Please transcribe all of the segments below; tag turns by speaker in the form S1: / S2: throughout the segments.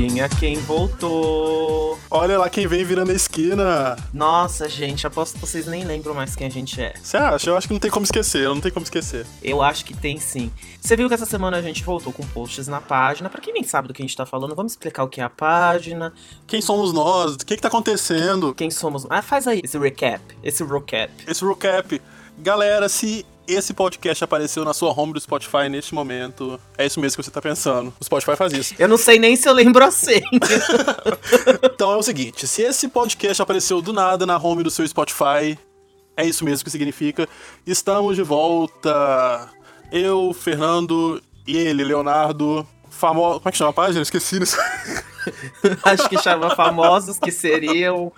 S1: Adivinha quem voltou?
S2: Olha lá quem vem virando a esquina.
S1: Nossa, gente, aposto que vocês nem lembram mais quem a gente é.
S2: Você acha? Eu acho que não tem como esquecer, não tem como esquecer.
S1: Eu acho que tem sim. Você viu que essa semana a gente voltou com posts na página. Pra quem nem sabe do que a gente tá falando, vamos explicar o que é a página.
S2: Quem somos nós? O que tá acontecendo?
S1: Quem somos... faz aí esse recap. Esse
S2: recap. Galera, se esse podcast apareceu na sua home do Spotify neste momento, é isso mesmo que você tá pensando. O Spotify faz isso.
S1: Eu não sei nem se eu lembro assim.
S2: Então é o seguinte, se esse podcast apareceu do nada na home do seu Spotify, é isso mesmo que significa. Estamos de volta. Eu, Fernando, e ele, Leonardo. Como é que chama a página? Esqueci isso.
S1: Acho que chama Famosos, que seriam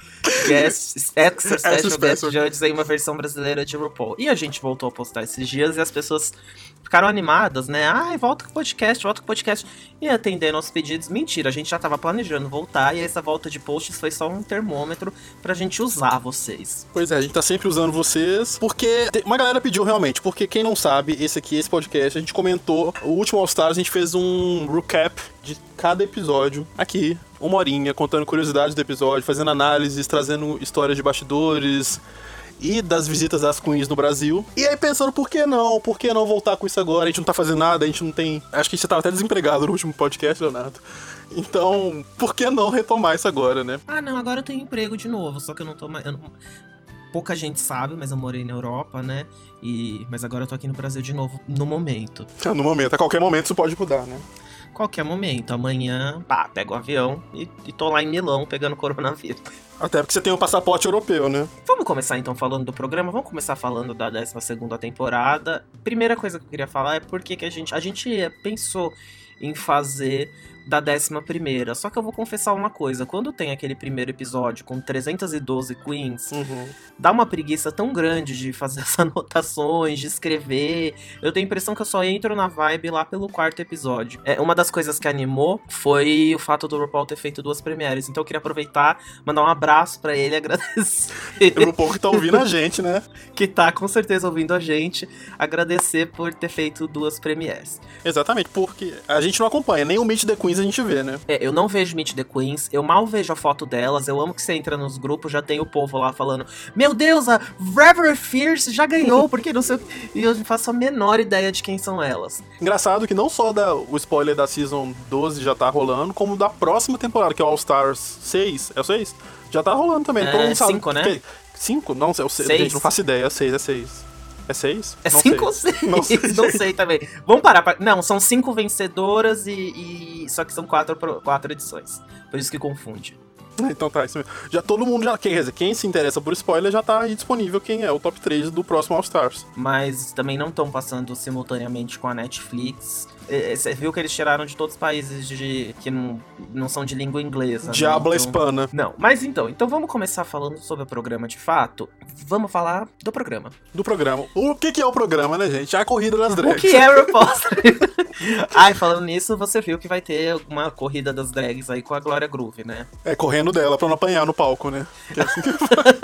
S1: Extra Special Guest Judges em uma versão brasileira de RuPaul. E a gente voltou a postar esses dias e as pessoas ficaram animadas, né? Ai, volta com o podcast. E atendendo aos pedidos, mentira, a gente já tava planejando voltar e essa volta de posts foi só um termômetro pra gente usar vocês.
S2: Pois é, a gente tá sempre usando vocês, porque uma galera pediu realmente, porque quem não sabe, esse podcast, a gente comentou, o último All Stars a gente fez um recap de cada episódio aqui, uma horinha, contando curiosidades do episódio, fazendo análises, trazendo histórias de bastidores e das visitas das queens no Brasil. E aí pensando, por que não voltar com isso agora? A gente não tá fazendo nada, a gente não tem... Acho que você tava até desempregado no último podcast, Leonardo. Então, por que não retomar isso agora, né?
S1: Não, agora eu tenho emprego de novo, só que eu não tô mais... Pouca gente sabe, mas eu morei na Europa, né? Mas agora eu tô aqui no Brasil de novo, no momento.
S2: No momento, a qualquer momento isso pode mudar, né?
S1: Qualquer momento. Amanhã, pego o avião e tô lá em Milão pegando coronavírus.
S2: Até porque você tem um passaporte europeu, né?
S1: Vamos começar então falando do programa? Vamos começar falando da 12ª temporada. Primeira coisa que eu queria falar é porque que a gente pensou em fazer da 11ª. Só que eu vou confessar uma coisa. Quando tem aquele primeiro episódio com 312 queens, dá uma preguiça tão grande de fazer essas anotações, de escrever. Eu tenho a impressão que eu só entro na vibe lá pelo 4º episódio. Uma das coisas que animou foi o fato do RuPaul ter feito 2 premieres. Então eu queria aproveitar, mandar um abraço pra ele e agradecer.
S2: O RuPaul que tá ouvindo a gente, né?
S1: Que tá com certeza ouvindo a gente. Agradecer por ter feito 2 premieres.
S2: Exatamente, porque a gente não acompanha, nem o Meet the Queens a gente vê, né?
S1: Eu não vejo Meet the Queens, eu mal vejo a foto delas, eu amo que você entra nos grupos, já tem o povo lá falando, meu Deus, a Reverend Fierce já ganhou, porque não sei... E eu não faço a menor ideia de quem são elas.
S2: Engraçado que não só o spoiler da Season 12 já tá rolando, como da próxima temporada, que é o All Stars 6, é o 6? Já tá rolando também, todo mundo sabe.
S1: 5, né?
S2: 5? Não, gente, não faço ideia, é 6, é 6. É 6?
S1: É 5 ou 6? Não sei também. Vamos parar. Não, são 5 vencedoras só que são 4 edições. Por isso que confunde.
S2: Então tá, isso mesmo. Já todo mundo quer dizer, quem se interessa por spoiler já tá aí disponível quem é o top 3 do próximo All Stars.
S1: Mas também não estão passando simultaneamente com a Netflix. Você viu que eles tiraram de todos os países que não são de língua inglesa.
S2: De habla hispana.
S1: Não, mas então vamos começar falando sobre o programa de fato. Vamos falar do programa.
S2: O que é o programa, né, gente? A corrida das drags.
S1: O que é RuPaul? Falando nisso, você viu que vai ter uma corrida das drags aí com a Glória Groove, né?
S2: Correndo dela pra não apanhar no palco, né? Que é assim que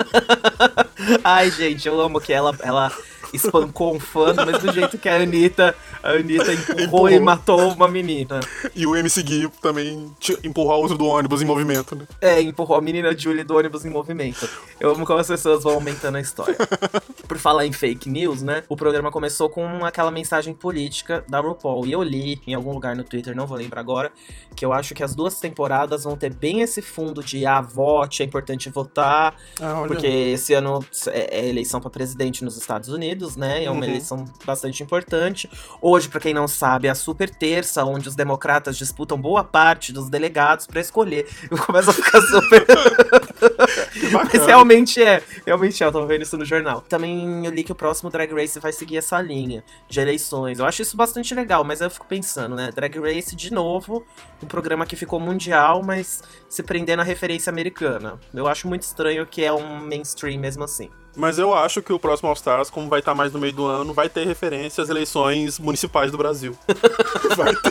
S1: gente, eu amo que ela espancou um fã, do mesmo jeito que a Anitta empurrou e matou uma menina.
S2: E o MC Gui também empurrou a outra do ônibus em movimento, né?
S1: Empurrou a menina Julie do ônibus em movimento. Eu amo como as pessoas vão aumentando a história. Por falar em fake news, né? O programa começou com aquela mensagem política da RuPaul. E eu li em algum lugar no Twitter, não vou lembrar agora, que eu acho que as 2 temporadas vão ter bem esse fundo de vote, é importante votar. Porque esse ano é eleição pra presidente nos Estados Unidos, né? É uma eleição bastante importante. Hoje, pra quem não sabe, é a super terça, onde os democratas disputam boa parte dos delegados pra escolher. Eu começo a ficar super... Mas realmente eu tô vendo isso no jornal. Também eu li que o próximo Drag Race vai seguir essa linha de eleições. Eu acho isso bastante legal, mas eu fico pensando, né? Drag Race, de novo, um programa que ficou mundial, mas se prender na referência americana. Eu acho muito estranho que é um mainstream mesmo assim.
S2: Mas eu acho que o próximo All Stars, como vai estar mais no meio do ano, vai ter referência às eleições municipais do Brasil. Vai ter.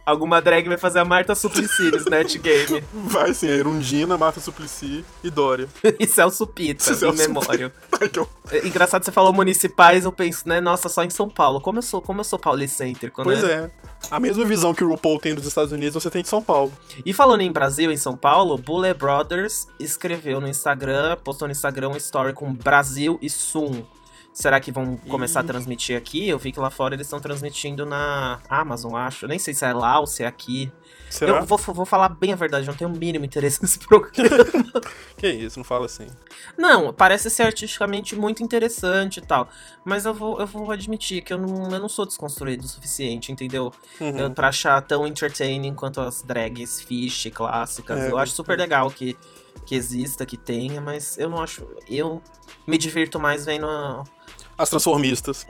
S1: Alguma drag vai fazer a Marta Suplicy no Snatch Game.
S2: Vai sim, a Erundina, Marta Suplicy e Dória.
S1: E Celso Pita, em memória.
S2: Ai, que
S1: Engraçado, você falou municipais, eu penso, né? Nossa, só em São Paulo. Como eu sou paulicêntrico,
S2: Pois
S1: né?
S2: é. A mesma visão que o RuPaul tem dos Estados Unidos, você tem de São Paulo.
S1: E falando em Brasil, em São Paulo, Bullet Brothers escreveu no Instagram, postou no Instagram um story com Brasil e Sum. Será que vão começar a transmitir aqui? Eu vi que lá fora eles estão transmitindo na Amazon, acho. Eu nem sei se é lá ou se é aqui.
S2: Será?
S1: Eu vou falar bem a verdade, eu não tenho o mínimo interesse nesse programa.
S2: Que isso, não fala assim.
S1: Não, parece ser artisticamente muito interessante e tal. Mas eu vou admitir que eu não sou desconstruído o suficiente, entendeu? Pra achar tão entertaining quanto as drags fish clássicas. Eu acho super legal que exista, que tenha, mas eu não acho. Eu me divirto mais vendo
S2: As transformistas.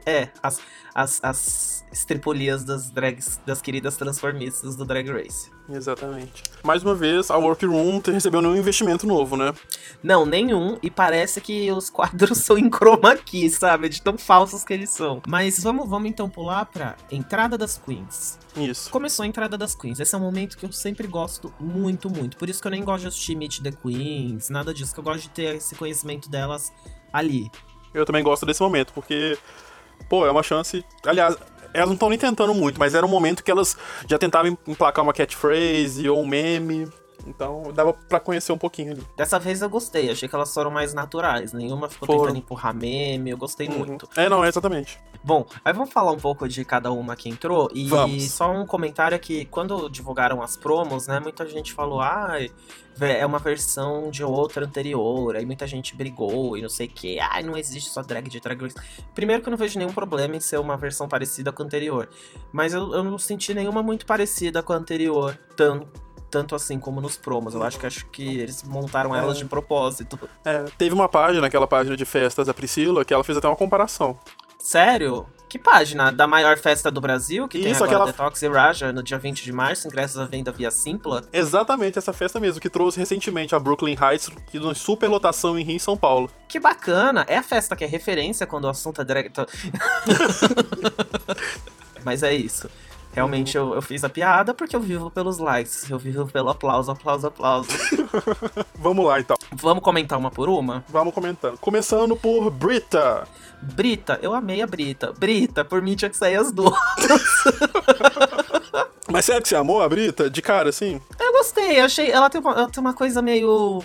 S1: as estripulias das queridas transformistas do Drag Race.
S2: Exatamente. Mais uma vez, a Workroom recebeu nenhum investimento novo, né?
S1: Não, nenhum, e parece que os quadros são em chroma key, sabe? De tão falsos que eles são. Mas vamos então pular pra entrada das queens.
S2: Isso.
S1: Começou a entrada das queens. Esse é um momento que eu sempre gosto muito, muito. Por isso que eu nem gosto de assistir Meet the Queens, nada disso, que eu gosto de ter esse conhecimento delas ali.
S2: Eu também gosto desse momento, porque, pô, é uma chance... Aliás, elas não estão nem tentando muito, mas era um momento que elas já tentavam emplacar uma catchphrase ou um meme. Então, dava pra conhecer um pouquinho ali.
S1: Dessa vez eu gostei, achei que elas foram mais naturais. Nenhuma ficou tentando empurrar meme, eu gostei muito.
S2: Não, exatamente.
S1: Bom, aí vamos falar um pouco de cada uma que entrou. E só um comentário que quando divulgaram as promos, né, muita gente falou, é uma versão de outra anterior, aí muita gente brigou e não sei o que, não existe só drag de Drag Race. Primeiro que eu não vejo nenhum problema em ser uma versão parecida com a anterior, mas eu não senti nenhuma muito parecida com a anterior, tanto assim como nos promos. Eu acho que eles montaram elas de propósito.
S2: Teve uma página, aquela página de festas da Priscila, que ela fez até uma comparação.
S1: Sério? Que página? Da maior festa do Brasil, que
S2: Isso,
S1: tem agora
S2: aquela...
S1: Detox e Raja, no dia 20 de março, ingressos à venda via Simpla?
S2: Exatamente, essa festa mesmo, que trouxe recentemente a Brooklyn Heights, que deu uma superlotação em Rio e São Paulo.
S1: Que bacana! É a festa que é referência quando o assunto é drag... Mas é isso. Realmente eu fiz a piada porque eu vivo pelos likes, eu vivo pelo aplauso.
S2: Vamos lá, então.
S1: Vamos comentar uma por uma?
S2: Vamos comentando. Começando por Brita.
S1: Brita, eu amei a Brita. Brita, por mim tinha que sair as duas.
S2: Mas será que você amou a Brita? De cara, assim?
S1: Eu gostei, achei. Ela tem uma coisa meio...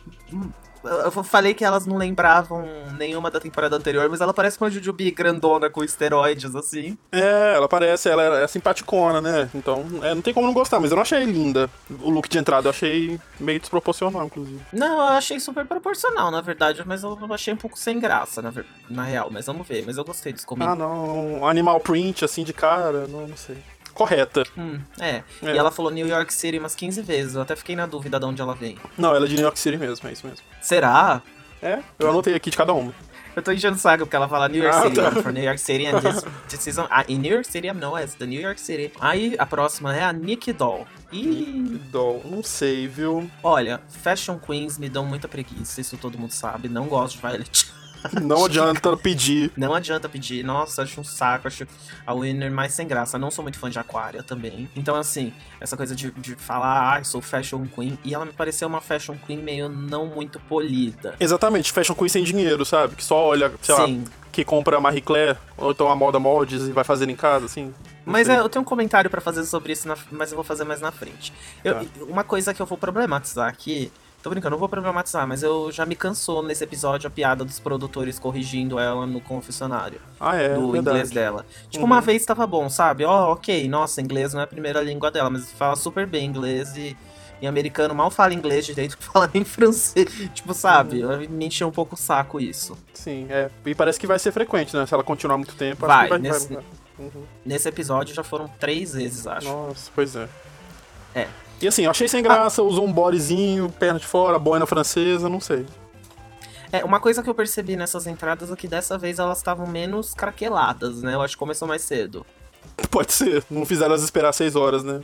S1: Eu falei que elas não lembravam nenhuma da temporada anterior, mas ela parece uma Jujubee grandona com esteroides, assim.
S2: Ela parece, ela é simpaticona, né? Então, não tem como não gostar, mas eu não achei linda. O look de entrada eu achei meio desproporcional, inclusive.
S1: Não, eu achei super proporcional, na verdade, mas eu achei um pouco sem graça, na real. Mas vamos ver, mas eu gostei dos comigo.
S2: Não, animal print, assim, de cara, não sei. Correta.
S1: E ela falou New York City umas 15 vezes, eu até fiquei na dúvida de onde ela vem.
S2: Não, ela é de New York City mesmo, é isso mesmo.
S1: Será?
S2: Eu anotei aqui de cada uma.
S1: Eu tô enchendo o saco porque ela fala New York City,
S2: tá.
S1: for New York City and this season... in New York City I'm no, it's the New York City. Aí a próxima é a Nick Doll.
S2: Nick Doll, não sei, viu?
S1: Olha, Fashion Queens me dão muita preguiça, isso todo mundo sabe, não gosto de Violet.
S2: Não adianta pedir.
S1: Não adianta pedir. Nossa, acho um saco. Acho a Winner mais sem graça. Não sou muito fã de Aquaria também. Então, assim, essa coisa de falar, sou Fashion Queen. E ela me pareceu uma Fashion Queen meio não muito polida.
S2: Exatamente, Fashion Queen sem dinheiro, sabe? Que só olha, sei lá, que compra a Marie Claire, ou então a moda moldes e vai fazendo em casa, assim.
S1: Mas eu tenho um comentário pra fazer sobre isso, mas eu vou fazer mais na frente. Uma coisa que eu vou problematizar aqui... Tô brincando, não vou problematizar, mas eu já me cansou nesse episódio a piada dos produtores corrigindo ela no confessionário. Do
S2: verdade.
S1: Inglês dela. Tipo, uma vez tava bom, sabe? Ok, nossa, inglês não é a primeira língua dela, mas fala super bem inglês e americano mal fala inglês direito que fala em francês. Tipo, sabe? Me encheu um pouco o saco isso.
S2: Sim, e parece que vai ser frequente, né? Se ela continuar muito tempo,
S1: vai,
S2: acho que vai.
S1: Nesse episódio já foram 3 vezes, acho.
S2: Nossa, pois é.
S1: É.
S2: E assim, eu achei sem graça, usou um bodyzinho, perna de fora, boina francesa, não sei.
S1: Uma coisa que eu percebi nessas entradas é que dessa vez elas estavam menos craqueladas, né? Eu acho que começou mais cedo.
S2: Pode ser, não fizeram elas esperar 6 horas, né?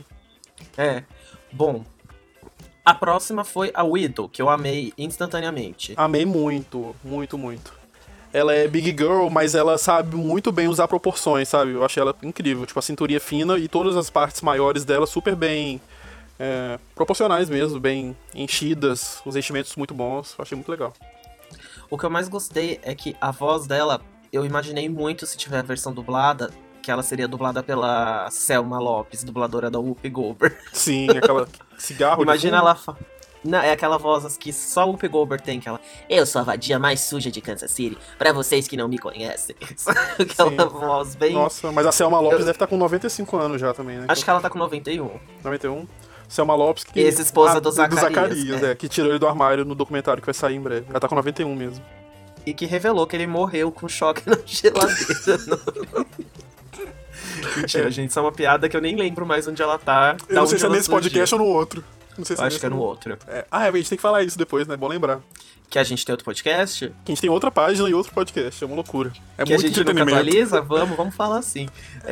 S1: Bom. A próxima foi a Widow, que eu amei instantaneamente.
S2: Amei muito, muito, muito. ela é big girl, mas ela sabe muito bem usar proporções, sabe? Eu achei ela incrível. Tipo, a cinturinha fina e todas as partes maiores dela super bem proporcionais mesmo, bem enchidas, os enchimentos muito bons. Eu achei muito legal.
S1: O que eu mais gostei é que a voz dela, eu imaginei muito se tiver a versão dublada, que ela seria dublada pela Selma Lopes, dubladora da Whoopi Goldberg.
S2: Sim, aquela cigarro.
S1: Imagina ela... Não, é aquela voz que só o Whoopi Goldberg tem, aquela... Eu sou a vadia mais suja de Kansas City, pra vocês que não me conhecem. Aquela voz bem...
S2: Nossa, mas a Selma Lopes deve estar com 95 anos já também, né?
S1: Acho que ela tá com 91.
S2: 91? Selma Lopes, que...
S1: Ex-esposa do Zacarias.
S2: Que tirou ele do armário no documentário que vai sair em breve. Ela tá com 91 mesmo.
S1: E que revelou que ele morreu com choque na geladeira. Mentira, gente, isso é uma piada que eu nem lembro mais onde ela tá.
S2: Eu não sei se é nesse podcast ou no outro. Não sei se
S1: eu acho que é no outro.
S2: A gente tem que falar isso depois, né? É bom lembrar.
S1: Que a gente tem outro podcast?
S2: Que a gente tem outra página e outro podcast. É uma loucura. É
S1: que
S2: muito
S1: a gente nunca atualiza? Vamos falar assim.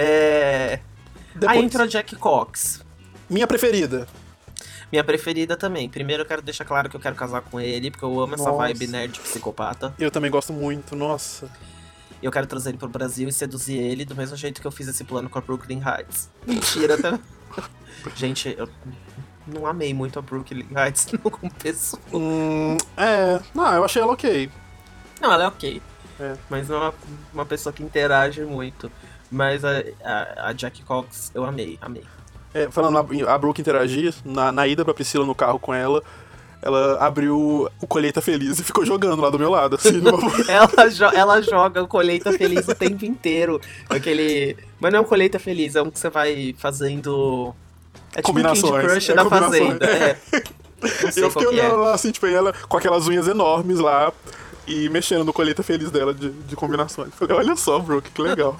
S1: Aí entra Jack Cox.
S2: Minha preferida.
S1: Minha preferida também. Primeiro eu quero deixar claro que eu quero casar com ele, porque eu amo essa vibe nerd psicopata.
S2: Eu também gosto muito, nossa.
S1: Eu quero trazer ele pro Brasil e seduzir ele do mesmo jeito que eu fiz esse plano com a Brooklyn Heights. Mentira, tá? Gente, eu não amei muito a Brooklyn Heights como pessoa.
S2: Não, eu achei ela ok.
S1: Não, ela é ok. Mas não é uma pessoa que interage muito. Mas a Jack Cox, eu amei.
S2: Falando a Brooke interagir, na ida pra Priscila no carro com ela abriu o Colheita Feliz e ficou jogando lá do meu lado, assim.
S1: Ela joga o Colheita Feliz o tempo inteiro. Mas não é um Colheita Feliz, é um que você vai fazendo... É tipo um Candy Crush da Fazenda.
S2: Eu fiquei olhando lá, assim, tipo, ela com aquelas unhas enormes lá e mexendo no Colheita Feliz dela de combinações. Falei, olha só, Brooke, que legal.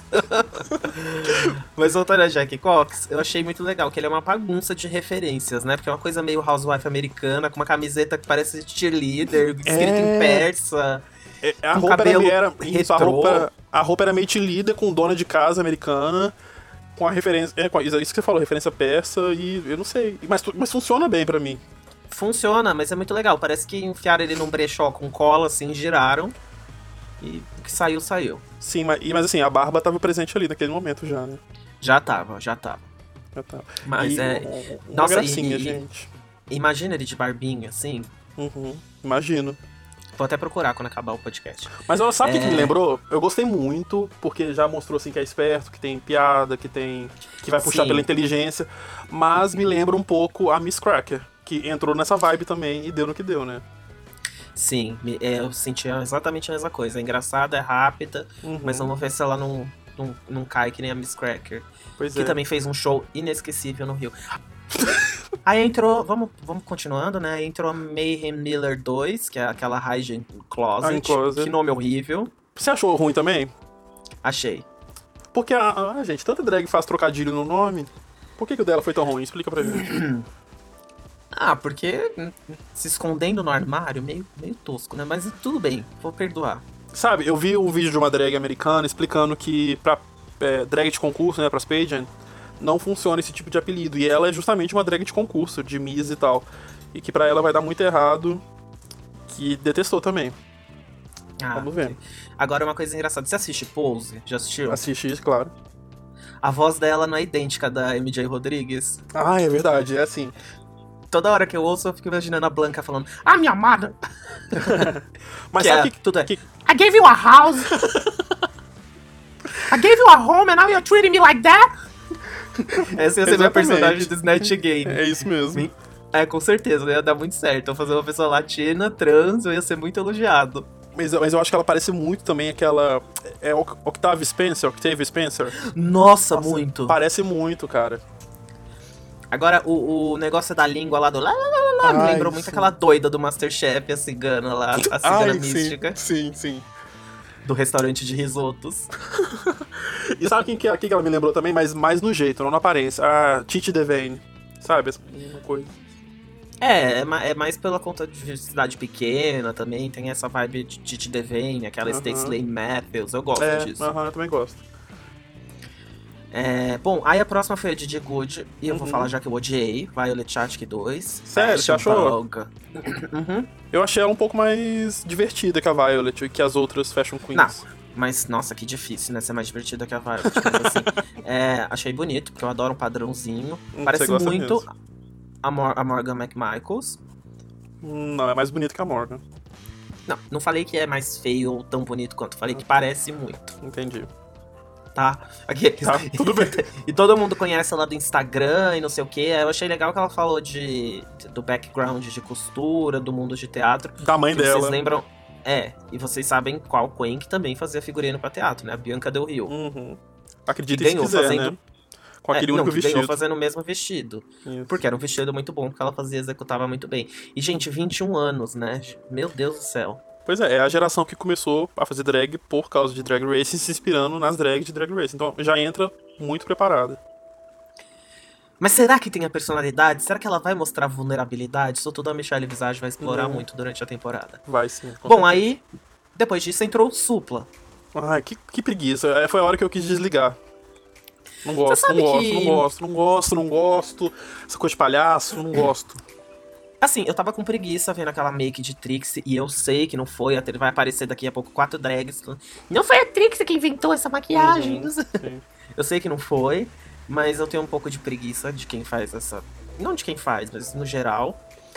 S1: Mas voltando a Jack Cox, eu achei muito legal, que ele é uma bagunça de referências, né? Porque é uma coisa meio housewife americana, com uma camiseta que parece cheerleader, escrito em persa.
S2: A roupa era a roupa era meio cheerleader com dona de casa americana, com a referência... isso que você falou, referência persa, e eu não sei. Mas funciona bem pra mim.
S1: Funciona, mas é muito legal. Parece que enfiaram ele num brechó com cola, assim, giraram. E o que saiu.
S2: Sim, mas assim, a barba tava presente ali naquele momento já, né?
S1: Já tava. Mas
S2: uma gracinha, gente.
S1: Imagina ele de barbinha, assim.
S2: Imagino.
S1: Vou até procurar quando acabar o podcast.
S2: Mas sabe o que me lembrou? Eu gostei muito, porque já mostrou assim que é esperto, que tem piada, que vai puxar pela inteligência. Mas me lembra um pouco a Miss Cracker, que entrou nessa vibe também e deu no que deu, né?
S1: Sim, eu senti exatamente a mesma coisa. É engraçada, é rápida, mas vamos ver se ela não cai que nem a Miss Cracker. Que também fez um show inesquecível no Rio. Aí entrou, vamos continuando, né? Entrou a Mayhem Miller 2, que é aquela Hygiene Closet. Que nome horrível.
S2: Você achou ruim também?
S1: Achei.
S2: Porque, gente, tanta drag faz trocadilho no nome. Por que o dela foi tão ruim? Explica pra gente.
S1: Porque se escondendo no armário, meio tosco, né? Mas tudo bem, vou perdoar.
S2: Sabe, eu vi um vídeo de uma drag americana explicando que pra drag de concurso, né, pras pageant, não funciona esse tipo de apelido. E ela é justamente uma drag de concurso, de Miss e tal. E que pra ela vai dar muito errado, que detestou também. Vamos ver.
S1: Agora, uma coisa engraçada, você assiste Pose? Já assistiu?
S2: Assisti, claro. A
S1: voz dela não é idêntica da MJ Rodrigues.
S2: É verdade, é assim.
S1: Toda hora que eu ouço, eu fico imaginando a Blanca falando, minha amada!
S2: Mas sabe que
S1: tudo
S2: I
S1: gave you a house! I gave you a home and now you're treating me like that? Essa ia ser minha personagem do Snatch Game.
S2: É isso mesmo.
S1: Com certeza, ia dar muito certo. Eu fazer uma pessoa latina, trans, eu ia ser muito elogiado.
S2: Mas eu acho que ela parece muito também aquela... Octavia Spencer? Nossa,
S1: muito.
S2: Parece muito, cara.
S1: Agora, o negócio da língua lá do me lembrou muito aquela doida do Masterchef, a cigana lá, a cigana mística.
S2: Sim.
S1: Do restaurante de risotos.
S2: E sabe quem que ela me lembrou também? Mas mais no jeito, não na aparência. A Titi Devane, sabe? Essa coisa.
S1: É mais pela conta de cidade pequena também, tem essa vibe de Titi Devane, aquela Stacey Lane Matthews, eu gosto disso.
S2: Eu também gosto.
S1: Bom, aí a próxima foi a Didi Good, e eu vou falar já que eu odiei, Violet Chachki 2.
S2: Sério, você achou?
S1: Uhum.
S2: Eu achei ela um pouco mais divertida que a Violet e que as outras Fashion Queens.
S1: Não, mas nossa, que difícil, né? Ser mais divertida que a Violet. Mas, assim, achei bonito, porque eu adoro um padrãozinho. Parece
S2: você gosta
S1: muito
S2: mesmo.
S1: a Morgan McMichaels.
S2: Não, é mais bonita que a Morgan.
S1: Não falei que é mais feio ou tão bonito quanto, falei que parece muito,
S2: Entendi.
S1: tá? Aqui.
S2: Tá, tudo bem.
S1: E todo mundo conhece ela do Instagram e não sei o que. Eu achei legal que ela falou do background de costura, do mundo de teatro.
S2: Da mãe
S1: que
S2: dela.
S1: Vocês lembram? E vocês sabem qual Queen que também fazia figurino pra teatro, né? A Bianca Del Rio.
S2: Acredita
S1: Que
S2: se
S1: ganhou
S2: quiser,
S1: fazendo-
S2: né? Com aquele único
S1: que
S2: vestido.
S1: ganhou fazendo o mesmo vestido.
S2: Isso.
S1: Porque era um vestido muito bom, que ela fazia e executava muito bem. E, gente, 21 anos, né? Meu Deus do céu.
S2: Pois é a geração que começou a fazer drag por causa de Drag Race e se inspirando nas drags de Drag Race. Então já entra muito preparada.
S1: Mas será que tem a personalidade? Será que ela vai mostrar vulnerabilidade? Isso tudo a Michelle Visage vai explorar muito durante a temporada.
S2: Vai sim.
S1: Bom, aí, depois disso, entrou o Supla.
S2: Ai, que preguiça. Foi a hora que eu quis desligar. Não gosto,
S1: sabe
S2: não gosto. Essa coisa de palhaço, não gosto.
S1: Assim, eu tava com preguiça vendo aquela make de Trixie, e eu sei que não foi, vai aparecer daqui a pouco 4 drags. Não foi a Trixie que inventou essa maquiagem.
S2: Sim.
S1: Eu sei que não foi, mas eu tenho um pouco de preguiça de quem faz essa... Não de quem faz, mas no geral.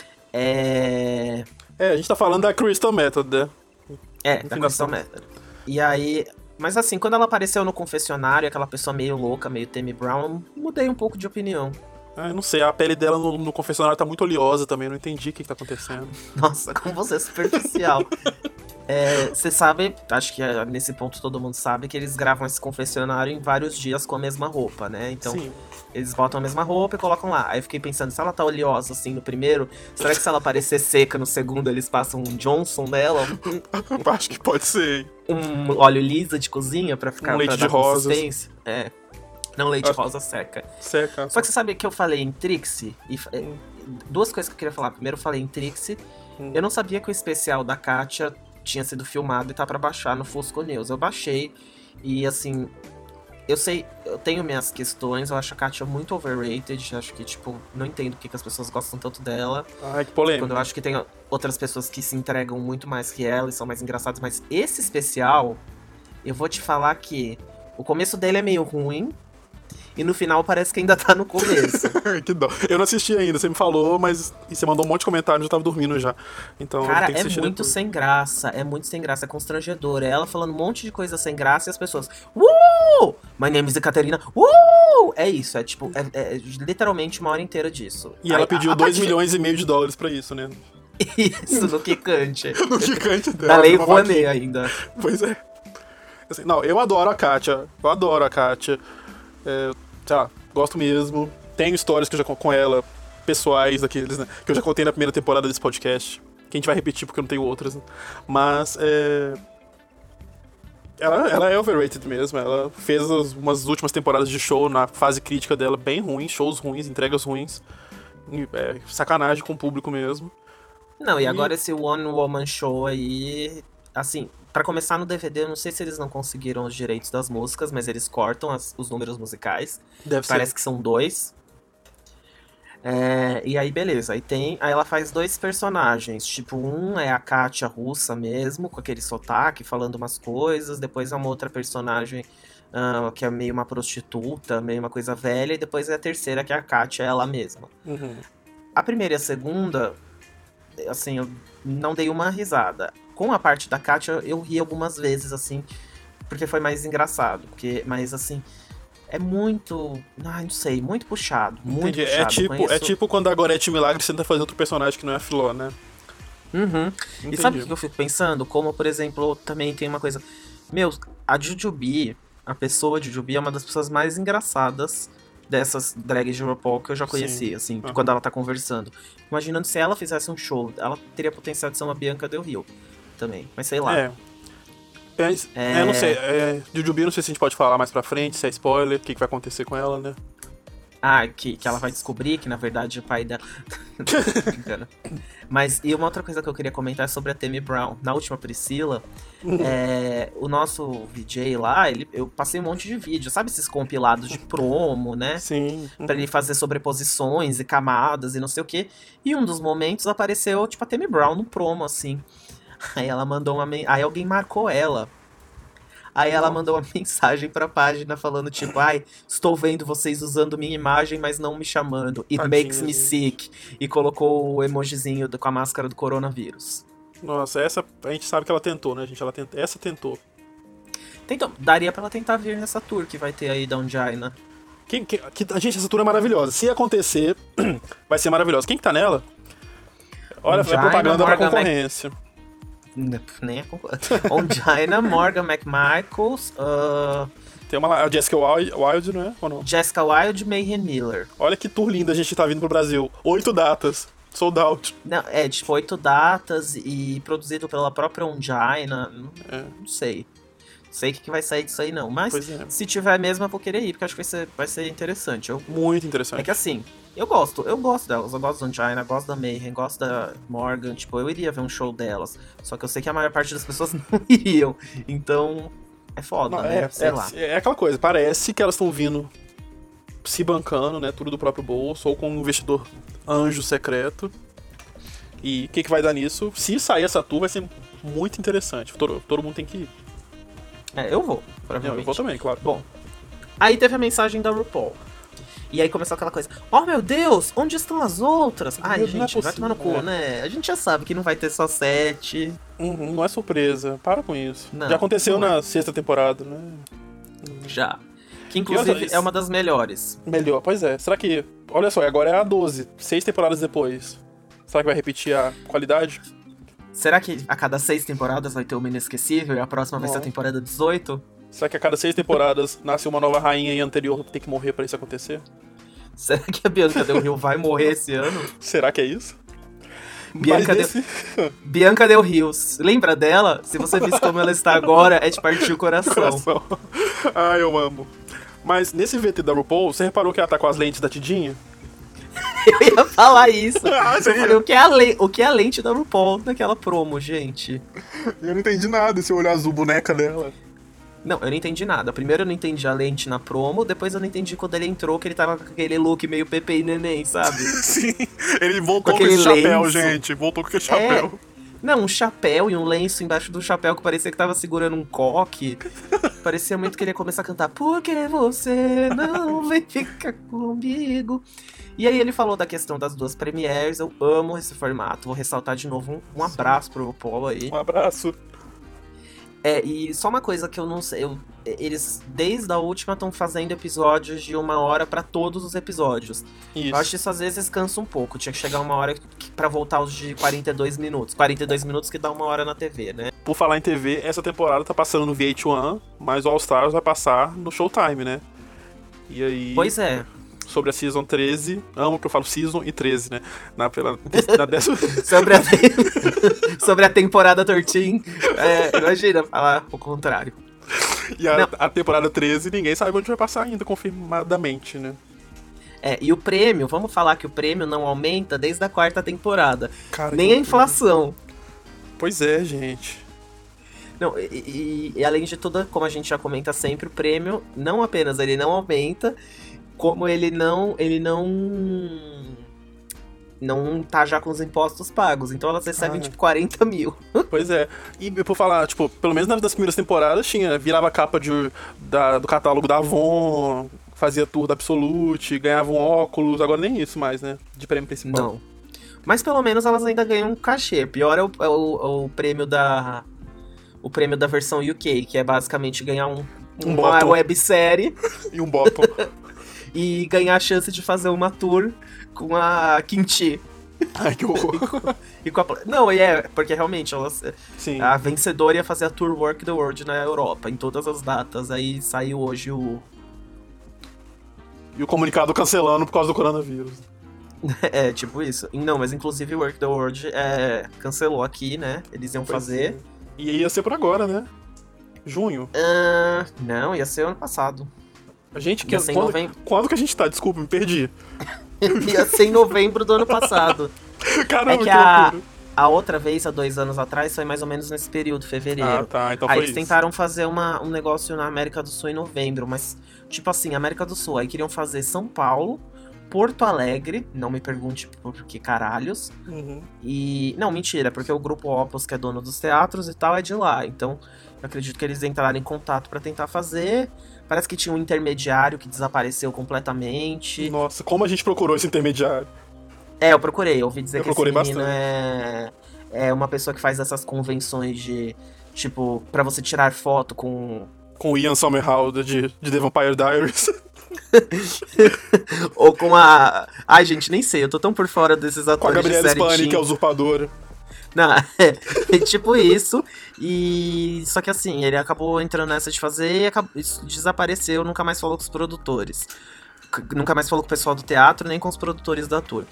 S2: A gente tá falando da Crystal Method, né?
S1: Da Crystal Method. E aí... Mas assim, quando ela apareceu no confessionário, aquela pessoa meio louca, meio Tammy Brown, mudei um pouco de opinião.
S2: Eu não sei, a pele dela no confessionário tá muito oleosa também, eu não entendi o que tá acontecendo.
S1: Nossa, como você é superficial. Você sabe, acho que nesse ponto todo mundo sabe, que eles gravam esse confessionário em vários dias com a mesma roupa, né? Então,
S2: Sim.
S1: eles botam a mesma roupa e colocam lá. Aí eu fiquei pensando, se ela tá oleosa assim no primeiro, será que se ela parecer seca no segundo, eles passam um Johnson nela?
S2: Acho que pode ser, hein?
S1: Um óleo lisa de cozinha pra ficar...
S2: leite
S1: pra
S2: de
S1: dar
S2: rosas.
S1: consistência? Não, leite rosa seca.
S2: Seca.
S1: Só que você sabe que eu falei em Trixie? Duas coisas que eu queria falar. Primeiro eu falei em Trixie. Eu não sabia que o especial da Katia tinha sido filmado e tá pra baixar no Fusco News. Eu baixei e assim... Eu sei, eu tenho minhas questões, eu acho a Katia muito overrated. Acho que, tipo, não entendo porque que as pessoas gostam tanto dela.
S2: Ai, que polêmica.
S1: Quando eu acho que tem outras pessoas que se entregam muito mais que ela e são mais engraçadas. Mas esse especial, eu vou te falar que o começo dele é meio ruim. E no final parece que ainda tá no começo.
S2: Que dó. Eu não assisti ainda, você me falou, mas e você mandou um monte de comentário, eu já tava dormindo já. Então,
S1: Cara,
S2: tem que assistir
S1: muito
S2: depois.
S1: sem graça, é constrangedor. É ela falando um monte de coisa sem graça e as pessoas, My name is Ekaterina, É isso, é literalmente uma hora inteira disso.
S2: E ela pediu 2 milhões e meio de dólares pra isso, né?
S1: Isso, no quicante.
S2: No gigante dela.
S1: Da Lei
S2: numa
S1: Rouanet
S2: vaquinha.
S1: ainda.
S2: Pois é. Assim, não, eu adoro a Katia. Sei lá, gosto mesmo. Tenho histórias que eu já com ela, pessoais daqueles, né? Que eu já contei na primeira temporada desse podcast. Que a gente vai repetir porque eu não tenho outras, né? Mas, ela é overrated mesmo. Ela fez umas últimas temporadas de show na fase crítica dela bem ruins, shows ruins, entregas ruins. Sacanagem com o público mesmo.
S1: Não, e agora esse One Woman Show aí, assim, pra começar no DVD, eu não sei se eles não conseguiram os direitos das músicas, mas eles cortam os números musicais.
S2: Deve
S1: Parece que são 2. E aí, beleza. Aí ela faz 2 personagens. Tipo, um é a Katia russa mesmo, com aquele sotaque, falando umas coisas. Depois é uma outra personagem que é meio uma prostituta, meio uma coisa velha. E depois é a terceira, que é a Katia, ela mesma.
S2: Uhum.
S1: A primeira e a segunda, assim, eu não dei uma risada. Com a parte da Katia, eu ri algumas vezes, assim, porque foi mais engraçado. Mas, assim, é muito... não sei, muito puxado. Muito
S2: Entendi.
S1: puxado.
S2: É tipo quando a Gorete Milagre tenta fazer outro personagem que não é a Filó, né?
S1: Uhum.
S2: Entendi.
S1: E sabe o que eu fico pensando? Como, por exemplo, também tem uma coisa... Meu, a Jujubee, a pessoa Jujubee é uma das pessoas mais engraçadas dessas drags de RuPaul que eu já conheci,
S2: Sim.
S1: assim, quando ela tá conversando. Imaginando se ela fizesse um show, ela teria potencial de ser uma Bianca Del Rio também, mas sei lá.
S2: Não sei. Jujubee, não sei se a gente pode falar mais pra frente, se é spoiler, o que vai acontecer com ela, né?
S1: Ah, que ela vai descobrir que, na verdade, o pai dela... Tô brincando. Mas, e uma outra coisa que eu queria comentar é sobre a Tammy Brown. Na última Priscila, o nosso VJ lá, eu passei um monte de vídeo. Sabe esses compilados de promo, né?
S2: Sim.
S1: Pra ele fazer sobreposições e camadas e não sei o quê. E um dos momentos apareceu, tipo, a Tammy Brown no promo, assim. Aí ela mandou Aí alguém marcou ela. Aí ela mandou uma mensagem pra página falando, tipo, ai, estou vendo vocês usando minha imagem, mas não me chamando. It
S2: Tadinha,
S1: makes me
S2: gente.
S1: sick. E colocou o emojizinho com a máscara do coronavírus.
S2: Nossa, essa a gente sabe que ela tentou, né, gente? Essa tentou.
S1: Então, daria pra ela tentar vir nessa tour que vai ter aí da Ongina.
S2: Gente, essa tour é maravilhosa. Se acontecer, vai ser maravilhosa. Quem que tá nela? Olha, é propaganda pra concorrência.
S1: Nem é Ongina, Morgan McMichaels,
S2: Tem uma lá, a Jessica Wilde, não é? Ou não?
S1: Jessica Wilde, Mayhem Miller.
S2: Olha que tour linda a gente tá vindo pro Brasil. 8 datas. Sold out.
S1: Não, tipo, 8 datas e produzido pela própria Ongina. Não sei. Não sei o que vai sair disso aí, não. Mas se tiver mesmo, eu vou querer ir, porque acho que vai ser interessante.
S2: Muito interessante.
S1: É que assim, eu gosto delas. Eu gosto da Ongina, gosto da Mayhem, gosto da Morgan. Tipo, eu iria ver um show delas. Só que eu sei que a maior parte das pessoas não iriam. Então, é foda, né? Sei lá.
S2: É aquela coisa, parece que elas estão vindo se bancando, né? Tudo do próprio bolso, ou com um investidor anjo secreto. E o que vai dar nisso? Se sair essa tour, vai ser muito interessante. Todo mundo tem que ir.
S1: Eu vou, provavelmente.
S2: Eu vou também, claro.
S1: Bom, aí teve a mensagem da RuPaul. E aí começou aquela coisa, oh meu Deus, onde estão as outras? Ai, gente, vai tomar no cu, né? A gente já sabe que não vai ter só 7.
S2: Não é surpresa, para com isso.
S1: Não,
S2: já aconteceu na 6ª temporada, né?
S1: Já. Que inclusive é uma das melhores.
S2: Melhor, pois é. Será que... Olha só, agora é a 12, 6 temporadas depois. Será que vai repetir a qualidade?
S1: Será que a cada 6 temporadas vai ter uma inesquecível e a próxima vai ser a temporada 18?
S2: Será que a cada 6 temporadas nasce uma nova rainha e a anterior tem que morrer pra isso acontecer?
S1: Será que a Bianca Del Rio vai morrer esse ano?
S2: Será que é isso?
S1: Bianca Del Rio, lembra dela? Se você visse como ela está agora, é de partir o coração.
S2: Ai, eu amo. Mas nesse VT da RuPaul, você reparou que ela tá com as lentes da Tidinha?
S1: Eu ia falar isso. Eu falei, o que é a lente da RuPaul naquela promo, gente?
S2: Eu não entendi nada, esse olho azul boneca dela.
S1: Não, eu não entendi nada. Primeiro eu não entendi a lente na promo, depois eu não entendi quando ele entrou, que ele tava com aquele look meio Pepe e Neném, sabe?
S2: Sim, ele voltou com esse chapéu, gente. Voltou com aquele chapéu.
S1: Não, um chapéu e um lenço embaixo do chapéu que parecia que tava segurando um coque. Parecia muito que ele ia começar a cantar Por que você não vem ficar comigo? E aí ele falou da questão das 2 premieres. Eu amo esse formato. Vou ressaltar de novo um abraço pro RuPaul aí.
S2: Um abraço.
S1: E só uma coisa que eu não sei, eles desde a última estão fazendo episódios de 1 hora pra todos os episódios.
S2: Isso.
S1: Eu acho que isso às vezes cansa um pouco, tinha que chegar 1 hora pra voltar os de 42 minutos. 42 minutos que dá 1 hora na TV, né?
S2: Por falar em TV, essa temporada tá passando no VH1, mas o All Stars vai passar no Showtime, né? E aí...
S1: Pois é.
S2: Sobre a Season 13, amo que eu falo Season e 13, né? Na 10ª...
S1: Sobre a temporada 13, imagina falar o contrário.
S2: E a temporada 13, ninguém sabe onde vai passar ainda, confirmadamente, né?
S1: E o prêmio, vamos falar que o prêmio não aumenta desde a 4ª temporada.
S2: Cara,
S1: nem a inflação.
S2: Pois é, gente.
S1: Não, e além de tudo, como a gente já comenta sempre, o prêmio não apenas ele não aumenta, como ele não tá já com os impostos pagos. Então elas recebem, tipo, 40 mil.
S2: Pois é. E por falar, tipo, pelo menos nas primeiras temporadas virava capa do catálogo da Avon, fazia tour da Absolute, ganhava um óculos, agora nem isso mais, né? De prêmio principal.
S1: Não. Mas pelo menos elas ainda ganham um cachê. Pior é o prêmio da... O prêmio da versão UK, que é basicamente ganhar uma websérie.
S2: E um bottom.
S1: E ganhar a chance de fazer uma tour com a Kimchi.
S2: Ai, que horror.
S1: Não, porque realmente
S2: Sim.
S1: A vencedora ia fazer a Tour Work the World na Europa, em todas as datas. Aí saiu hoje
S2: E o comunicado cancelando por causa do coronavírus.
S1: Tipo isso. Não, mas inclusive o Work the World cancelou aqui, né? Eles iam fazer.
S2: Sim. E ia ser por agora, né? Junho.
S1: Não, ia ser ano passado.
S2: Gente,
S1: Ia ser em novembro.
S2: quando que a gente tá? Desculpa, me perdi.
S1: Ia ser em novembro do ano passado.
S2: Caramba,
S1: É que
S2: que loucura.
S1: a outra vez, há 2 anos atrás, foi mais ou menos nesse período, fevereiro.
S2: Ah, tá, então
S1: Aí
S2: foi
S1: eles
S2: isso.
S1: tentaram fazer um negócio na América do Sul em novembro, mas, tipo assim, América do Sul, aí queriam fazer São Paulo, Porto Alegre, não me pergunte por que caralhos,
S2: Uhum.
S1: e... Não, mentira, porque o Grupo Opus, que é dono dos teatros e tal, é de lá, então eu acredito que eles entraram em contato pra tentar fazer. Parece que tinha um intermediário que desapareceu completamente.
S2: Nossa, como a gente procurou esse intermediário.
S1: É, eu procurei, eu ouvi dizer
S2: Eu
S1: que esse
S2: procurei
S1: menino
S2: bastante.
S1: é uma pessoa que faz essas convenções de, tipo, pra você tirar foto com...
S2: Com o Ian Somerhalder de The Vampire Diaries.
S1: Ou com a... Ai, gente, nem sei, eu tô tão por fora desses
S2: Com a
S1: atores de
S2: Gabriela
S1: série
S2: Spani,
S1: teen.
S2: que é a usurpadora.
S1: Não, é tipo isso. E só que assim, ele acabou entrando nessa de fazer e isso desapareceu, nunca mais falou com os produtores. Nunca mais falou com o pessoal do teatro, nem com os produtores da tour.